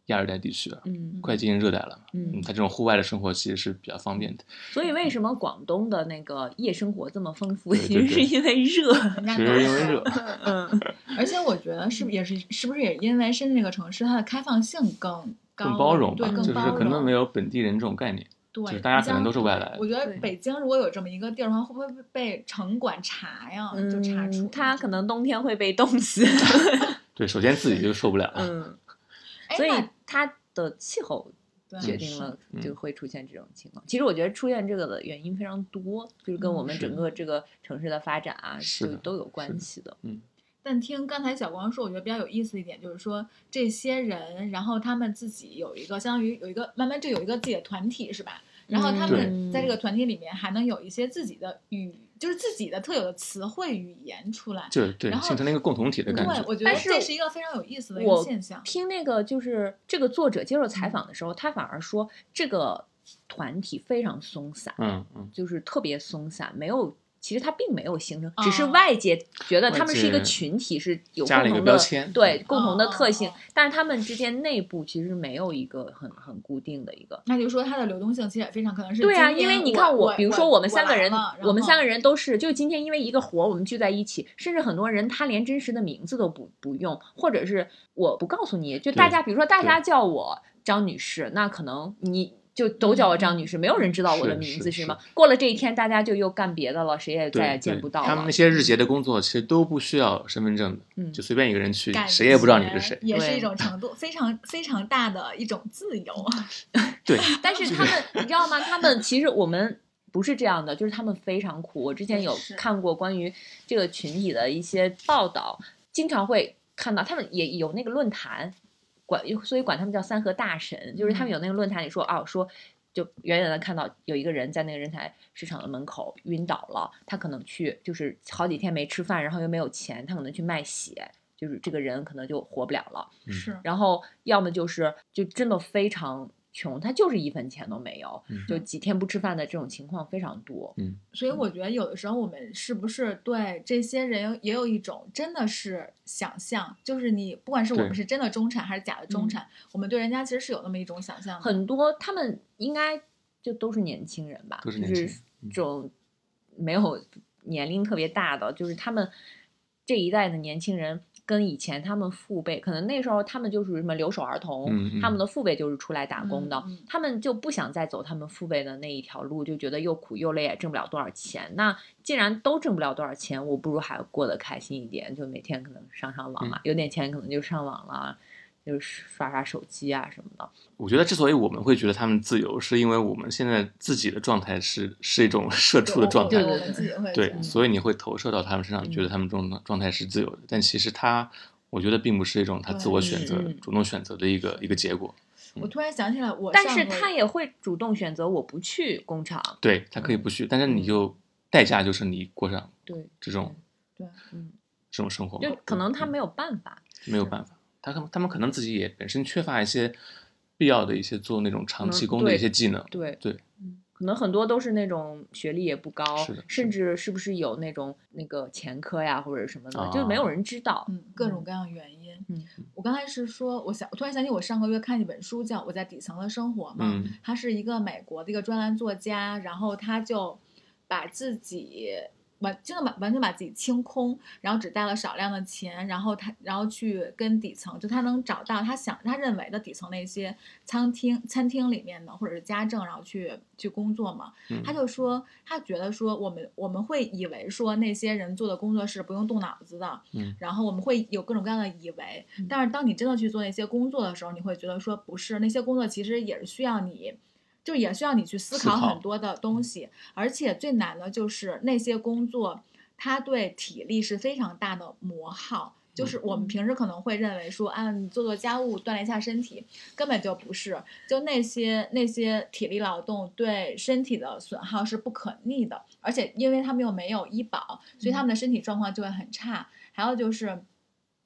亚热带地区了，快接近热带了嘛，它这种户外的生活其实是比较方便的。 所以为什么广东的那个夜生活这么丰富，其实是因为热， 其实因为热。 而且我觉得是不是也因为深圳这个城市它的开放性更高， 更包容吧， 对，更包容， 就是可能没有本地人这种概念。 对， 就是大家可能都是外来的。 我觉得北京如果有这么一个地儿的话，会不会被城管查呀？就查出他可能冬天会被冻死。 对，首先自己就受不了。 所以它的气候决定了就会出现这种情况。其实我觉得出现这个的原因非常多，就是跟我们整个这个城市的发展啊，就都有关系的。 但听刚才小光说，我觉得比较有意思一点就是说，这些人，然后他们自己有一个相当于有一个慢慢就有一个自己的团体，是吧？然后他们在这个团体里面还能有一些自己的就是自己的特有的词汇语言出来， 对，然后形成了一个共同体的感觉。 对，我觉得这是一个非常有意思的一个现象。 听那个就是这个作者接受采访的时候，他反而说这个团体非常松散，就是特别松散，没有。其实它并没有形成，只是外界觉得他们是一个群体，是有共同的共同的特性，但是他们之间内部其实没有一个很固定的一个。 那就是说它的流动性其实也非常可能是对啊，因为你看比如说我们三个人都是，就今天因为一个活我们聚在一起，甚至很多人他连真实的名字都不用，或者是我不告诉你，就大家比如说大家叫我张女士，那可能你。就都叫我张女士，没有人知道我的名字是吗？过了这一天，大家就又干别的了，谁也再也见不到了。 他们那些日结的工作其实都不需要身份证的，就随便一个人去，谁也不知道你是谁。 也是一种程度非常非常大的一种自由。 对， 但是他们，你知道吗？他们其实我们不是这样的，就是他们非常苦。我之前有看过关于这个群体的一些报道，经常会看到他们也有那个论坛。所以管他们叫三和大神，就是他们有那个论坛里说说就远远的看到有一个人在那个人才市场的门口晕倒了，他可能去就是好几天没吃饭，然后又没有钱，他可能去卖血，就是这个人可能就活不了了。 是， 然后要么就真的非常穷，他就是一分钱都没有，就几天不吃饭的这种情况非常多。 所以我觉得有的时候我们是不是对这些人也有一种真的是想象，就是你不管是我们是真的中产还是假的中产，我们对人家其实是有那么一种想象的。 很多他们应该就都是年轻人吧，就是这种没有年龄特别大的，就是他们这一代的年轻人。跟以前他们父辈，可能那时候他们就属于什么留守儿童，他们的父辈就是出来打工的，他们就不想再走他们父辈的那一条路，就觉得又苦又累，也挣不了多少钱。那既然都挣不了多少钱，我不如还过得开心一点，就每天可能上网啊，有点钱可能就上网了，就是刷手机啊什么的。 我觉得之所以我们会觉得他们自由，是因为我们现在自己的状态是一种社畜的状态，对，所以你会投射到他们身上，觉得他们这种状态是自由的，但其实我觉得并不是一种他自我选择、主动选择的一个结果。 我突然想起来， 但是他也会主动选择我不去工厂， 对，他可以不去，但是你就代价就是你过上这种这种生活， 就可能他没有办法， 没有办法。他们可能自己也本身缺乏一些必要的一些做那种长期工的一些技能， 对，可能很多都是那种学历也不高，甚至是不是有那个前科呀或者什么的，就没有人知道， 各种各样原因。我刚才是说，我突然想起我上个月看一本书叫《我在底层的生活》嘛，他是一个美国的一个专栏作家，然后他就把自己。完全把自己清空，然后只带了少量的钱，然后去跟底层，就他能找到他认为的底层那些餐厅里面的或者是家政，然后去工作嘛。他就说他觉得说我们会以为说那些人做的工作是不用动脑子的，然后我们会有各种各样的以为，但是当你真的去做那些工作的时候，你会觉得说不是，那些工作其实也是需要你。就也需要你去思考很多的东西，而且最难的就是那些工作，它对体力是非常大的磨耗。就是我们平时可能会认为说，你做家务锻炼一下身体，根本就不是。就那些体力劳动对身体的损耗是不可逆的，而且因为他们又没有医保，所以他们的身体状况就会很差。还有就是。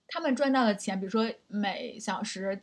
他们赚到的钱，比如说每小时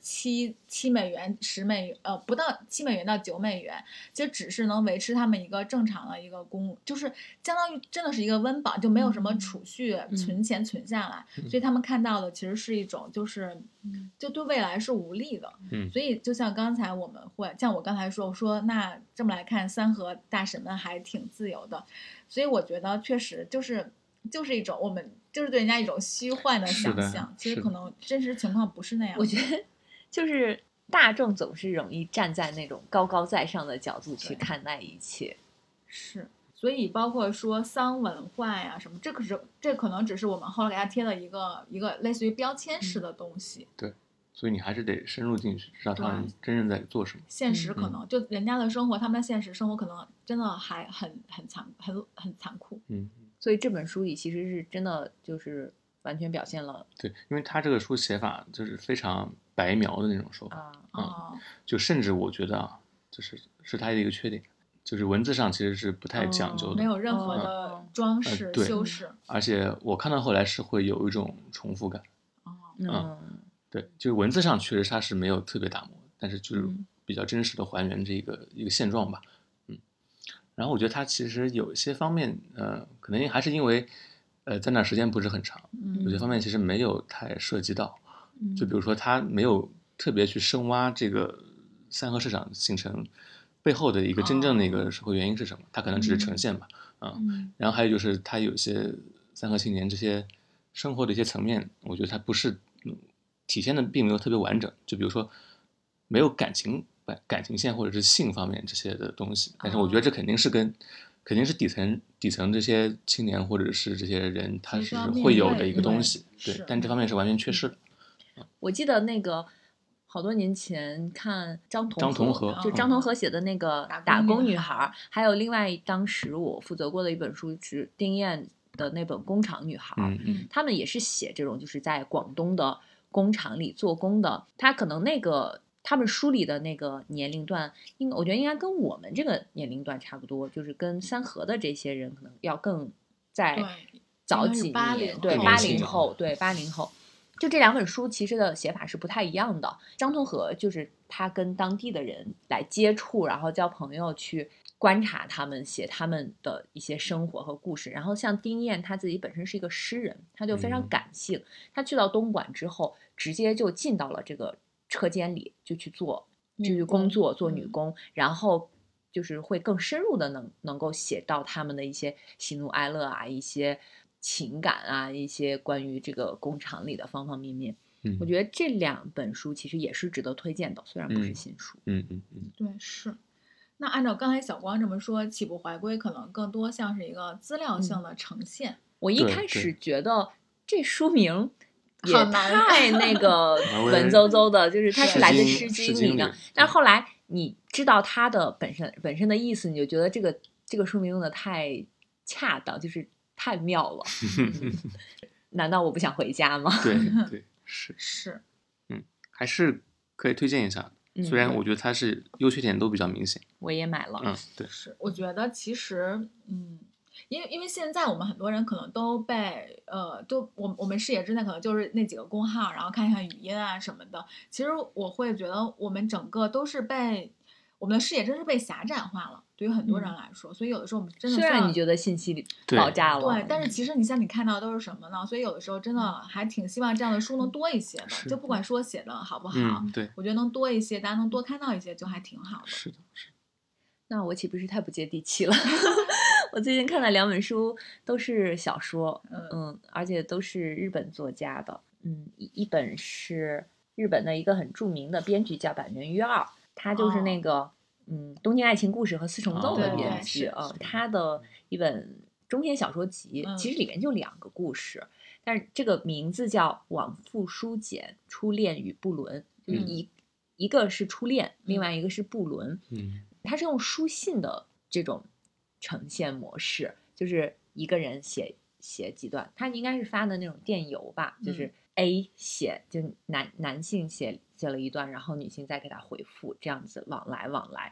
7美元、$10，不到$7到$9，其实只是能维持他们一个正常的一个就是相当于真的是一个温饱，就没有什么储蓄、存钱存下来，所以他们看到的其实是一种就是就对未来是无力的。所以就像刚才我们像我刚才说，我说那这么来看，三和大神们还挺自由的，所以我觉得确实就是一种我们就是对人家一种虚幻的想象，其实可能真实情况不是那样。 我觉得就是大众总是容易站在那种高高在上的角度去看待一切， 是，所以包括说丧文化呀什么，这可能只是我们后来给他贴了一个类似于标签式的东西。 对，所以你还是得深入进去，知道他们真正在做什么。 现实可能就人家的生活，他们的现实生活可能真的还很残酷。 所以这本书里其实是真的就是完全表现了。 对，因为他这个书写法就是非常白描的那种手法就甚至我觉得是他的一个缺点，就是文字上其实是不太讲究的， 没有任何的装饰、修饰， 而且我看到后来是会有一种重复感。对，就是文字上确实它是没有特别打磨，但是就是比较真实的还原这一个现状吧。然后我觉得它其实有一些方面，可能还是因为，在那时间不是很长，有些方面其实没有太涉及到，就比如说它没有特别去深挖这个三和市场形成背后的一个真正的一个社会原因是什么，它可能只是呈现吧，然后还有就是它有些三和青年这些生活的一些层面，我觉得它不是体现的并没有特别完整，就比如说没有感情线或者是性方面这些的东西，但是我觉得这肯定是底层这些青年或者是这些人他是会有的一个东西，对，但这方面是完全缺失的。 我记得那个好多年前看张同和就张同和写的那个打工女孩，还有另外当时我负责过的一本书是丁燕的那本工厂女孩，他们也是写这种就是在广东的工厂里做工的，他可能他们书里的那个年龄段，我觉得应该跟我们这个年龄段差不多，就是跟三和的这些人可能要更在早几年，对80后，对80后，就这两本书其实的写法是不太一样的。张同和就是他跟当地的人来接触，然后交朋友，去观察他们，写他们的一些生活和故事。然后像丁燕他自己本身是一个诗人，他就非常感性，他去到东莞之后，直接就进到了这个车间里，就去工作，做女工，然后就是会更深入的能够写到他们的一些喜怒哀乐啊，一些情感啊，一些关于这个工厂里的方方面面。我觉得这两本书其实也是值得推荐的，虽然不是新书。 对，是。那按照刚才小光这么说，起步怀归可能更多像是一个资料性的呈现。 我一开始觉得这书名也太那个文绉绉的，就是它是来自诗经里的，但是后来你知道它的本身的意思，你就觉得这个书名用的太恰当，就是太妙了。难道我不想回家吗？ 对对，是，还是可以推荐一下。虽然我觉得它是优缺点都比较明显， 我也买了。 对， 是，我觉得其实，因为现在我们很多人可能都被我们视野之内可能就是那几个公号，然后看一看语音啊什么的。其实我会觉得我们整个都是我们的视野真是被狭窄化了，对于很多人来说。所以有的时候我们真的虽然你觉得信息爆炸了， 对，但是其实你看到都是什么呢？所以有的时候真的还挺希望这样的书能多一些的，就不管说写的好不好， 对， 我觉得能多一些，大家能多看到一些就还挺好的。 是的。 那我岂不是太不接地气了？我最近看了2本书，都是小说，而且都是日本作家的，一本是日本的一个很著名的编剧叫坂元裕二，他就是那个东京爱情故事和四重奏的编剧他的一本中篇小说集，其实里面就2个故事，但是这个名字叫《往复书简：初恋与不伦》，就是一个是初恋，另外一个是不伦，它是用书信的这种呈现模式，就是一个人写几段，他应该是发的那种电邮吧，就是 A 写，就男性写了一段，然后女性再给他回复，这样子往来。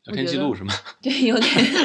聊天记录是吗？ 对，有点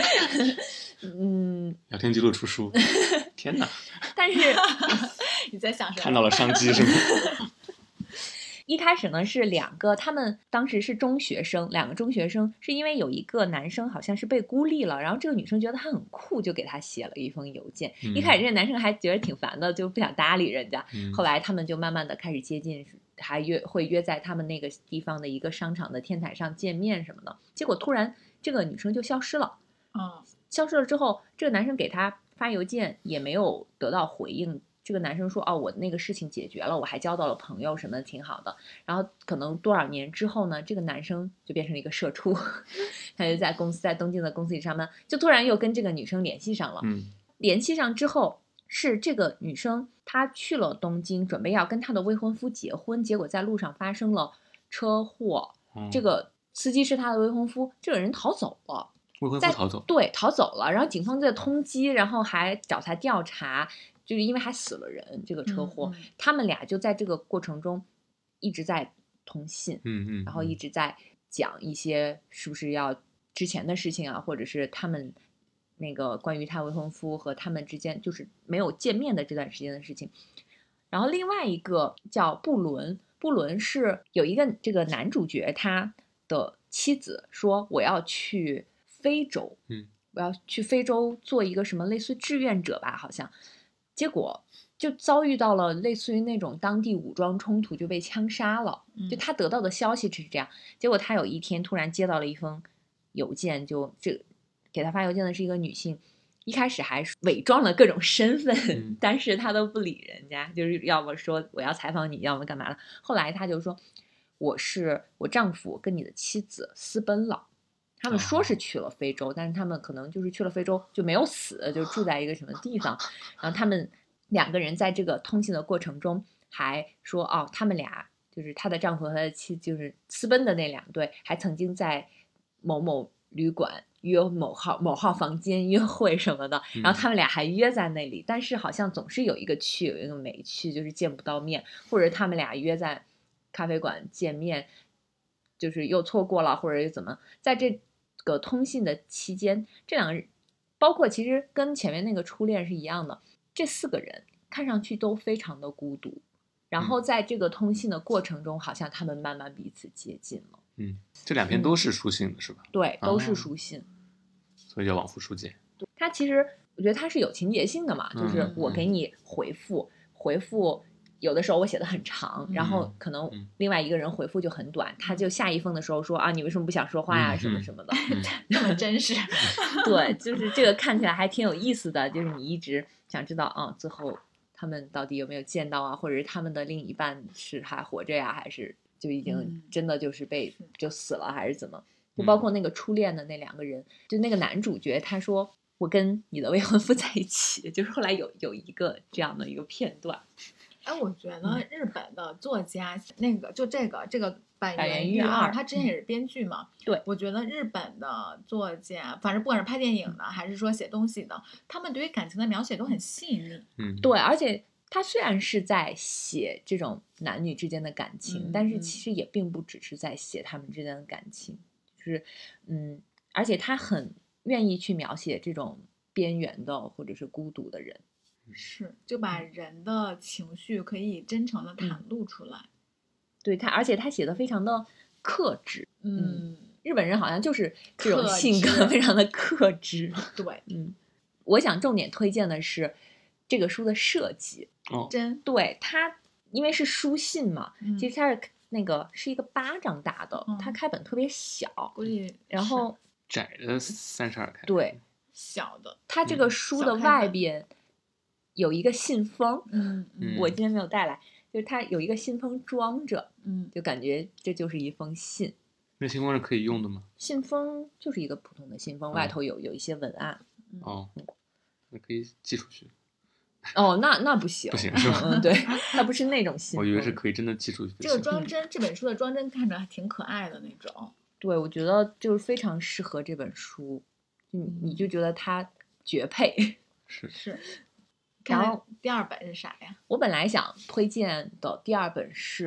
聊天记录出书，天哪！ 但是你在想什么？ 看到了商机是吗？ 一开始呢是两个，他们当时是中学生，两个中学生是因为有一个男生好像是被孤立了，然后这个女生觉得他很酷，就给他写了一封邮件。一开始这个男生还觉得挺烦的，就不想搭理人家。后来他们就慢慢的开始接近，还会约在他们那个地方的一个商场的天台上见面什么的。结果突然这个女生就消失了。消失了之后，这个男生给他发邮件也没有得到回应。这个男生说我那个事情解决了，我还交到了朋友什么的，挺好的。然后可能多少年之后呢，这个男生就变成了一个社畜，他就在东京的公司里上班，就突然又跟这个女生联系上了。联系上之后是这个女生她去了东京，准备要跟她的未婚夫结婚，结果在路上发生了车祸。这个司机是她的未婚夫，这个人逃走了。 未婚夫逃走？ 对，逃走了。然后警方在通缉，然后还找他调查。就是因为还死了人，这个车祸，他们俩就在这个过程中一直在通信，然后一直在讲一些是不是要之前的事情啊，或者是他们那个关于他未婚夫和他们之间就是没有见面的这段时间的事情。然后另外一个叫布伦，布伦是有一个这个男主角他的妻子说我要去非洲，我要去非洲做一个什么类似志愿者吧，好像。结果就遭遇到了类似于那种当地武装冲突，就被枪杀了。就他得到的消息是这样。结果他有一天突然接到了一封邮件，就给他发邮件的是一个女性，一开始还伪装了各种身份，但是他都不理人家，就是要么说我要采访你，要么干嘛了。后来他就说我丈夫跟你的妻子私奔了。他们说是去了非洲，但是他们可能就是去了非洲就没有死，就住在一个什么地方。然后他们两个人在这个通信的过程中还说他们俩就是他的丈夫和他的妻就是私奔的那两对，还曾经在某某旅馆约某号房间约会什么的。然后他们俩还约在那里，但是好像总是有一个去有一个没去，就是见不到面，或者他们俩约在咖啡馆见面就是又错过了，或者怎么在这个通信的期间，这两个人包括其实跟前面那个初恋是一样的，这4个人看上去都非常的孤独，然后在这个通信的过程中好像他们慢慢彼此接近了。 这两篇都是书信的是吧？ 对，都是书信， 所以叫往复书简。 它其实我觉得它是有情节性的嘛，就是我给你回复有的时候我写的很长，然后可能另外一个人回复就很短，他就下一封的时候说你为什么不想说话呀，什么什么的， 这么真实。 对，就是这个看起来还挺有意思的，就是你一直想知道最后他们到底有没有见到啊，或者是他们的另一半是还活着呀，还是就已经真的就是就死了，还是怎么？就包括那个初恋的那两个人，就那个男主角他说我跟你的未婚夫在一起，就是后来有一个这样的一个片段。 我觉得日本的作家那个就这个坂元裕二， 他之前也是编剧嘛。 对， 我觉得日本的作家，反正不管是拍电影的还是说写东西的，他们对于感情的描写都很细腻。 对，而且他虽然是在写这种男女之间的感情，但是其实也并不只是在写他们之间的感情，就是而且他很愿意去描写这种边缘的或者是孤独的人。 是，就把人的情绪可以真诚的袒露出来。 对他，而且他写的非常的克制。日本人好像就是这种性格非常的克制。 对， 我想重点推荐的是这个书的设计。对，它因为是书信嘛，其实它是那个是一个巴掌大的，它开本特别小， 估计然后窄的32开。 对， 小的。 它这个书的外边有一个信封，我今天没有带来，就是它有一个信封装着，就感觉这就是一封信。 那信封是可以用的吗？ 信封就是一个普通的信封，外头有一些文案。 那可以寄出去。 那不行， 不行是吧？ 对，它不是那种信封。 我以为是可以真的寄出去。 这个装帧，这本书的装帧看着还挺可爱的那种。 对，我觉得就是非常适合这本书，你就觉得它绝配。 是。 然后第二本是啥呀？ 我本来想推荐的第二本是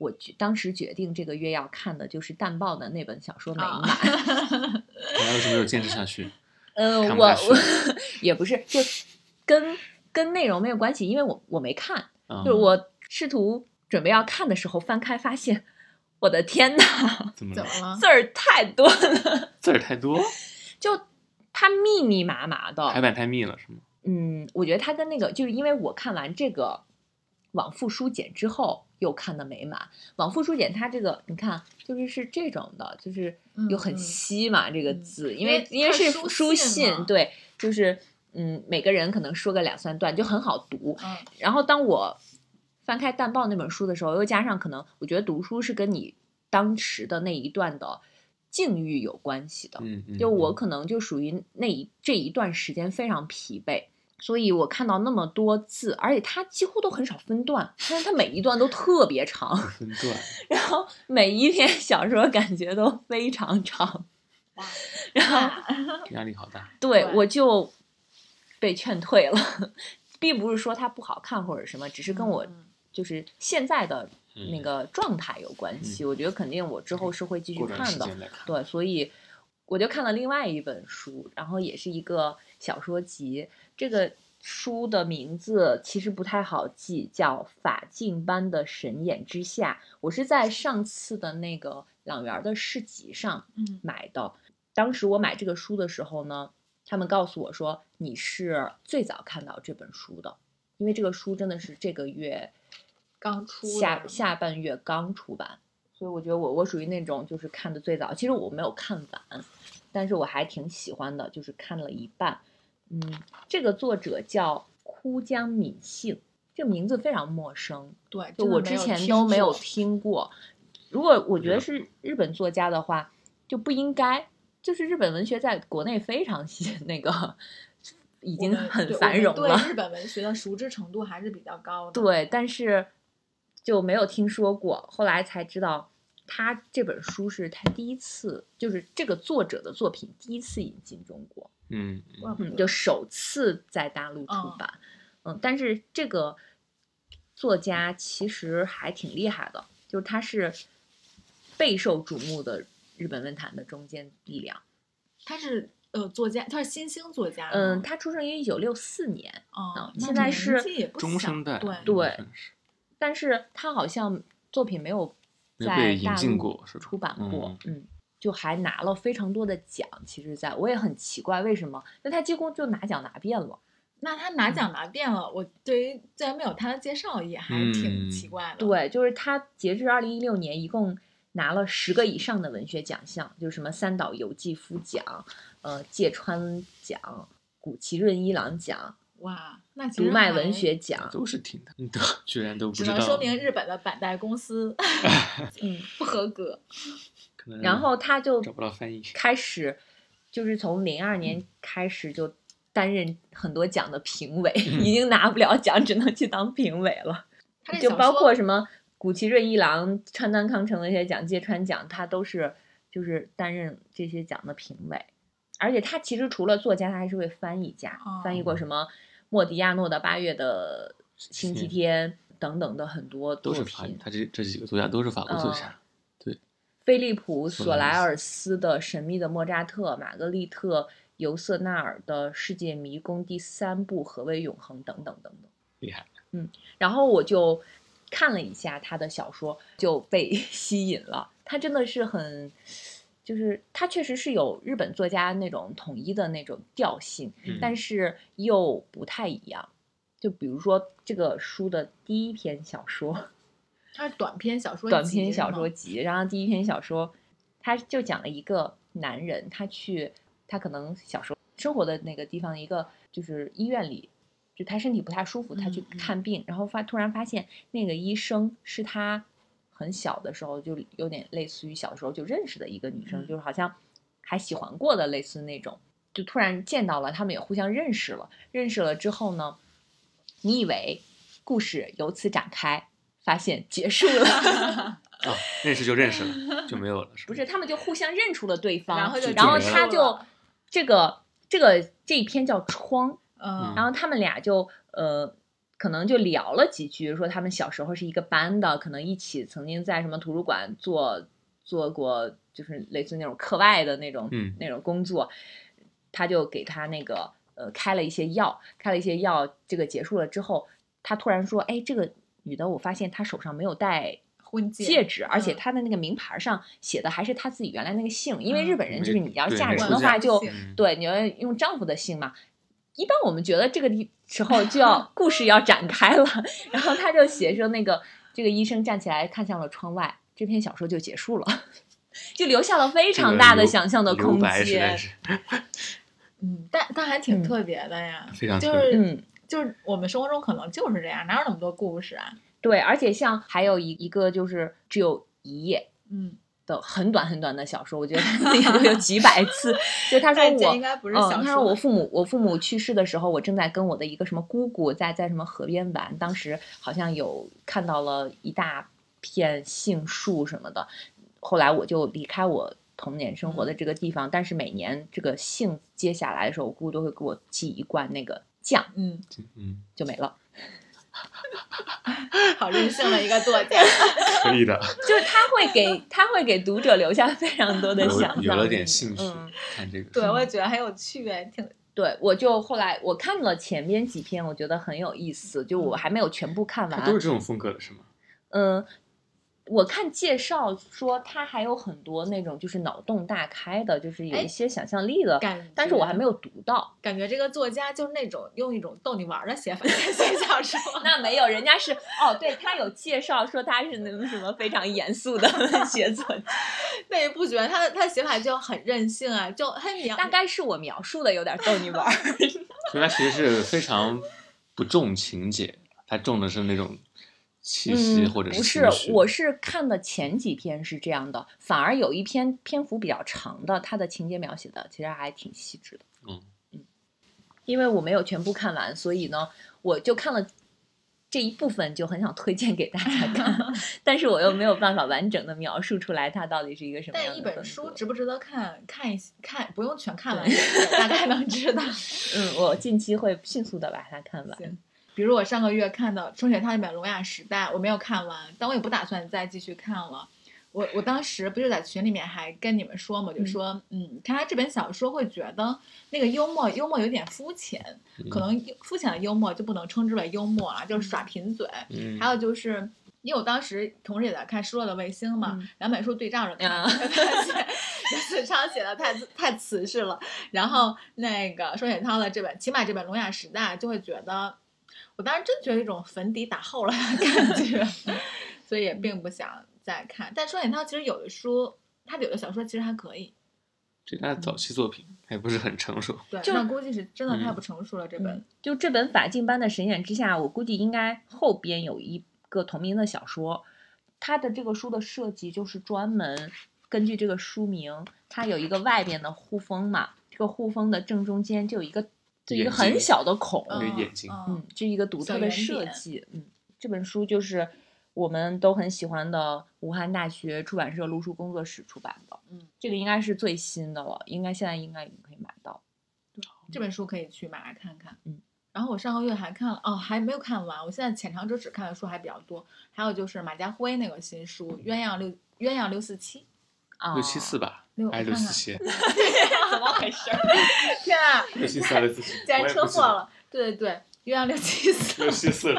我当时决定这个月要看的就是淡豹的那本小说《美满》 你为什么没有坚持下去？ 我也不是，就跟内容没有关系，因为我没看，就是我试图准备要看的时候翻开发现，我的天哪， 怎么了？ 字儿太多了， 字儿太多， 就它密密麻麻的， 排版太密了是吗？ 我觉得它跟那个就是因为我看完这个往复书简之后又看的美满，往复书简它这个你看就是这种的，就是又很稀嘛，这个字，因为是书信，对，就是每个人可能说个2-3段就很好读。然后当我翻开淡豹那本书的时候，又加上可能我觉得读书是跟你当时的那一段的境遇有关系的，就我可能就属于这一段时间非常疲惫，所以我看到那么多字，而且它几乎都很少分段，但是它每一段都特别长， 分段，然后每一篇小说感觉都非常长，然后压力好大。 对，我就被劝退了，并不是说它不好看或者什么，只是跟我就是现在的那个状态有关系。我觉得肯定我之后是会继续看的，对，所以我就看了另外一本书，然后也是一个小说集。这个书的名字其实不太好记，叫《法镜般的神眼之下》。我是在上次的那个朗园的市集上买的。当时我买这个书的时候呢，他们告诉我说你是最早看到这本书的，因为这个书真的是这个月刚出， 下半月刚出版，所以我觉得我属于那种就是看的最早。其实我没有看完，但是我还挺喜欢的，就是看了一半。这个作者叫枯江敏幸，这个名字非常陌生， 对， 就我之前都没有听过。如果我觉得是日本作家的话，就不应该，就是日本文学在国内非常那个已经很繁荣了， 对日本文学的熟知程度还是比较高的。 对，但是就没有听说过，后来才知道他这本书是他第一次，就是这个作者的作品第一次引进中国，就首次在大陆出版。但是这个作家其实还挺厉害的，就是他是备受瞩目的日本文坛的中坚力量。 他是作家，他是新兴作家。 他出生于1964年， 现在是中生代， 对，但是他好像作品没有在大陆出版过，就还拿了非常多的奖。其实我也很奇怪为什么，那他几乎就拿奖拿遍了。 那他拿奖拿遍了，我对于竟然没有他的介绍也还挺奇怪的。 对，就是他截至2016年一共拿了10个以上的文学奖项，就是什么三岛由纪夫奖、芥川奖、谷崎润一郎奖。 哇，那读卖文学奖都是听的，居然都不知道， 只能说明日本的版代公司不合格。 然后他就找不到翻译， 开始就是从02年开始就担任很多奖的评委，已经拿不了奖，只能去当评委了。就包括什么谷崎润一郎、川端康成文学奖、芥川奖，他都是就是担任这些奖的评委。而且他其实除了作家，他还是位翻译家，翻译过什么莫迪亚诺的《8月的星期天》等等的很多作品。 都是法，他这几个作家都是法国作家。对， 菲利普·索莱尔斯的《神秘的莫扎特》，玛格丽特·尤瑟纳尔的《世界迷宫》第3部《何为永恒》等等等等， 厉害。 然后我就看了一下他的小说，就被吸引了。他真的是就是他确实是有日本作家那种统一的那种调性，但是又不太一样。就比如说这个书的第一篇小说， 它是短篇小说集，然后第一篇小说他就讲了一个男人，他可能小时候生活的那个地方一个就是医院里，就他身体不太舒服，他去看病，然后突然发现那个医生是他很小的时候就有点类似于小时候就认识的一个女生，就是好像还喜欢过的类似那种，就突然见到了，他们也互相认识了之后呢，你以为故事由此展开，发现结束了认识就认识了，就没有了，是吧？ 不是，他们就互相认出了对方，然后他就这一篇叫窗，然后他们俩就可能就聊了几句，说他们小时候是一个班的，可能一起曾经在什么图书馆做过，就是类似那种课外的那种工作。他就给他那个开了一些药，这个结束了之后，他突然说，哎，这个女的我发现她手上没有戴婚戒指，而且她的那个名牌上写的还是她自己原来那个姓，因为日本人就是你要嫁人的话就对你要用丈夫的姓嘛。一般我们觉得这个时候就要故事要展开了，然后他就写说这个医生站起来看向了窗外，这篇小说就结束了，就留下了非常大的想象的空间。 但还挺特别的呀， 非常特别。 就是我们生活中可能就是这样，哪有那么多故事啊？ 对，而且像还有一个就是只有一页，的很短很短的小说，我觉得他也都有几百次。就他说我应该不是小说， 他说我父母去世的时候，我正在跟我的一个什么姑姑在什么河边玩，当时好像有看到了一大片杏树什么的。后来我就离开我童年生活的这个地方，但是每年这个杏接下来的时候，我姑姑都会给我寄一罐那个酱，就没了。 好任性的一个作家， 可以的， 就是他会给读者留下非常多的想象， 有了点兴趣看这个。 对，我也觉得很有趣， 对，我就后来我看了前边几篇，我觉得很有意思，就我还没有全部看完。 它都是这种风格的是吗？ 我看介绍说他还有很多那种就是脑洞大开的，就是有一些想象力的感觉，但是我还没有读到。 感觉这个作家就是那种用一种逗你玩的写法写小说。 那没有，人家是对他有介绍说他是那种什么非常严肃的文学作家。 那也不觉得他写法就很任性啊，就很大概是我描述的有点逗你玩。 所以他其实是非常不重情节，他重的是那种气息或者是情绪。 不是，我是看的前几篇是这样的，反而有一篇篇幅比较长的，它的情节描写的其实还挺细致的。因为我没有全部看完，所以呢，我就看了这一部分，就很想推荐给大家看，但是我又没有办法完整的描述出来它到底是一个什么样的。 但一本书值不值得看，看不用全看完，大概能知道。 我近期会迅速的把它看完。 比如我上个月看的双雪涛那本《聋哑时代》，我没有看完，但我也不打算再继续看了。我当时不是在群里面还跟你们说嘛，就说看他这本小说会觉得那个幽默有点肤浅，可能肤浅的幽默就不能称之为幽默了，就是耍贫嘴。还有就是因为我当时同时也在看《失落的卫星》嘛，两本书对照着看，子昌写的太瓷实了，然后那个双雪涛的起码这本《聋哑时代》就会觉得。我当时真觉得一种粉底打厚了的感觉，所以也并不想再看。但双雪涛其实有的书，他有的小说其实还可以。 这他的早期作品还不是很成熟， 对，那估计是真的太不成熟了。这本就这本法镜般的神眼之下，我估计应该后边有一个同名的小说。他的这个书的设计就是专门根据这个书名，它有一个外边的护封嘛，这个护封的正中间就有一个很小的孔， 眼睛， 这一个独特的设计。这本书就是我们都很喜欢的武汉大学出版社路书工作室出版的。这个应该是最新的了，现在应该已经可以买到。 这本书可以去买来看看。然后我上个月还看了，还没有看完。我现在浅尝辄止看的书还比较多，还有就是马家辉那个新书《鸳鸯647》。 674吧，还是647？ 怎么回事？ 天啊 ！674， 竟然车祸了！对，鸳鸯674。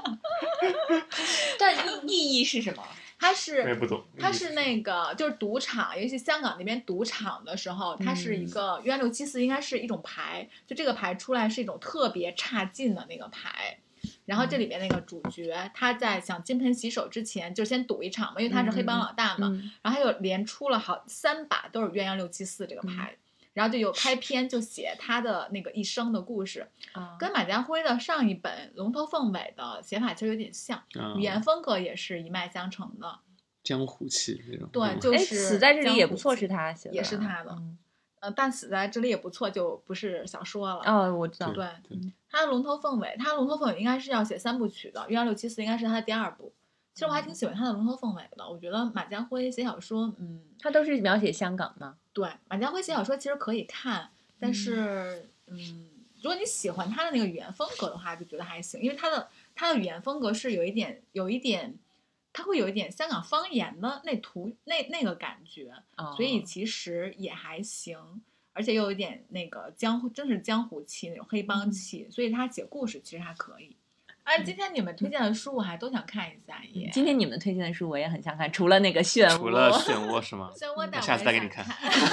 但意义是什么？ 它是我也不懂。 它是那个就是赌场，尤其香港那边赌场的时候，它是一个鸳鸯674，应该是一种牌，就这个牌出来是一种特别差劲的那个牌。然后这里面那个主角他在想金盆洗手之前就先赌一场嘛，因为他是黑帮老大嘛，然后他就连出了3把都是鸳鸯674这个牌，然后就有开篇就写他的那个一生的故事，跟马家辉的上一本《龙头凤尾》的写法其实有点像，语言风格也是一脉相承的， 江湖气那种。 对，就是死在这里也不错，是他写的， 也是他的。但死在这里也不错，就不是小说了。 我知道。 对，他的《龙头凤尾》，应该是要写3部曲的，鸳鸯674应该是他的第2部。其实我还挺喜欢他的《龙头凤尾》的，我觉得马家辉写小说， 他都是描写香港吗？ 对，马家辉写小说其实可以看，但是如果你喜欢他的那个语言风格的话，就觉得还行，因为他的它的语言风格是有一点，它会有一点香港方言的那个感觉，所以其实也还行，而且又有一点那个真是江湖气那种黑帮气，所以他写故事其实还可以。今天你们推荐的书我还都想看一下耶。 今天你们推荐的书我也很想看，除了那个漩涡。 除了漩涡是吗？ 漩涡， 我下次再给你看。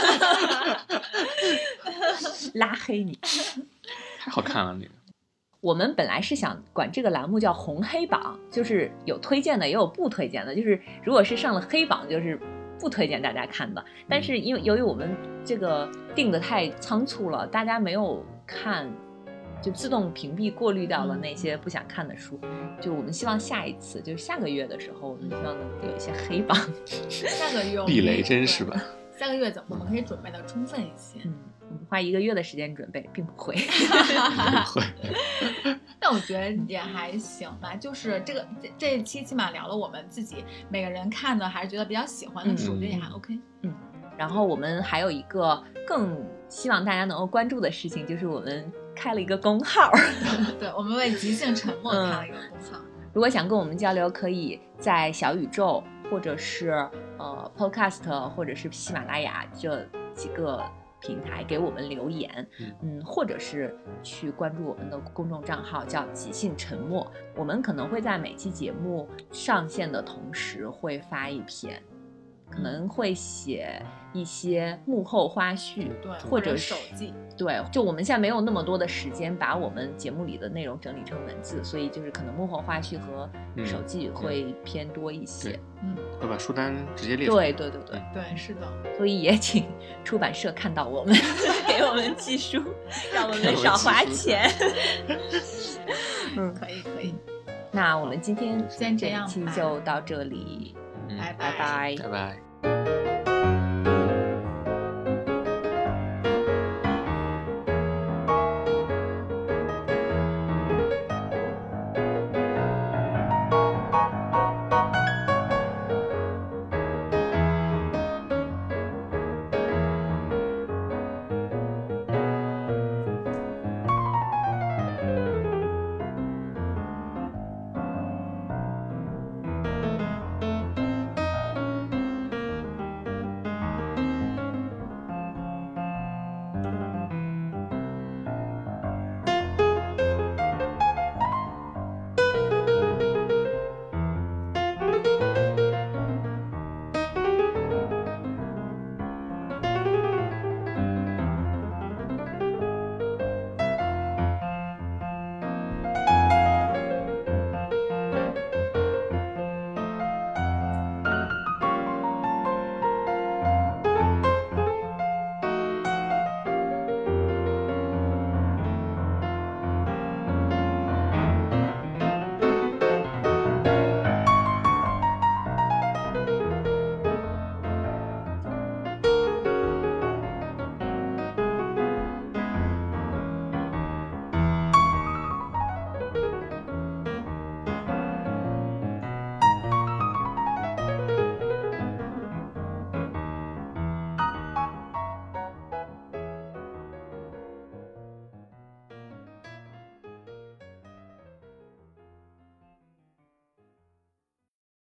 拉黑你。 太好看了那个。 我们本来是想管这个栏目叫红黑榜，就是有推荐的也有不推荐的，就是如果是上了黑榜就是不推荐大家看的，但是由于我们这个定的太仓促了，大家没有看，就自动屏蔽过滤掉了那些不想看的书，就我们希望下一次就是下个月的时候，我们希望能有一些黑榜。 下个月避雷针是吧？ 下个月我们可以准备的充分一些。 我们花1个月的时间准备，并不会。 但我觉得也还行吧，就是这一期起码聊了我们自己每个人看的还是觉得比较喜欢的书，我觉得也还 OK。 然后我们还有一个更希望大家能够关注的事情，就是我们开了一个公号。 对，我们为即兴沉默开了一个公号。 如果想跟我们交流，可以在小宇宙或者是Podcast 或者是喜马拉雅这几个平台给我们留言，或者是去关注我们的公众账号叫即兴沉默，我们可能会在每期节目上线的同时会发一篇，可能会写一些幕后花絮， 对， 或者手记。 对，就我们现在没有那么多的时间把我们节目里的内容整理成文字，所以就是可能幕后花絮和手记会偏多一些。 会把书单直接列出来。 对， 是的。 所以也请出版社看到我们，给我们寄书，让我们少花钱。 可以。 那我们今天先这样吧， 这期就到这里， 拜拜。 拜拜。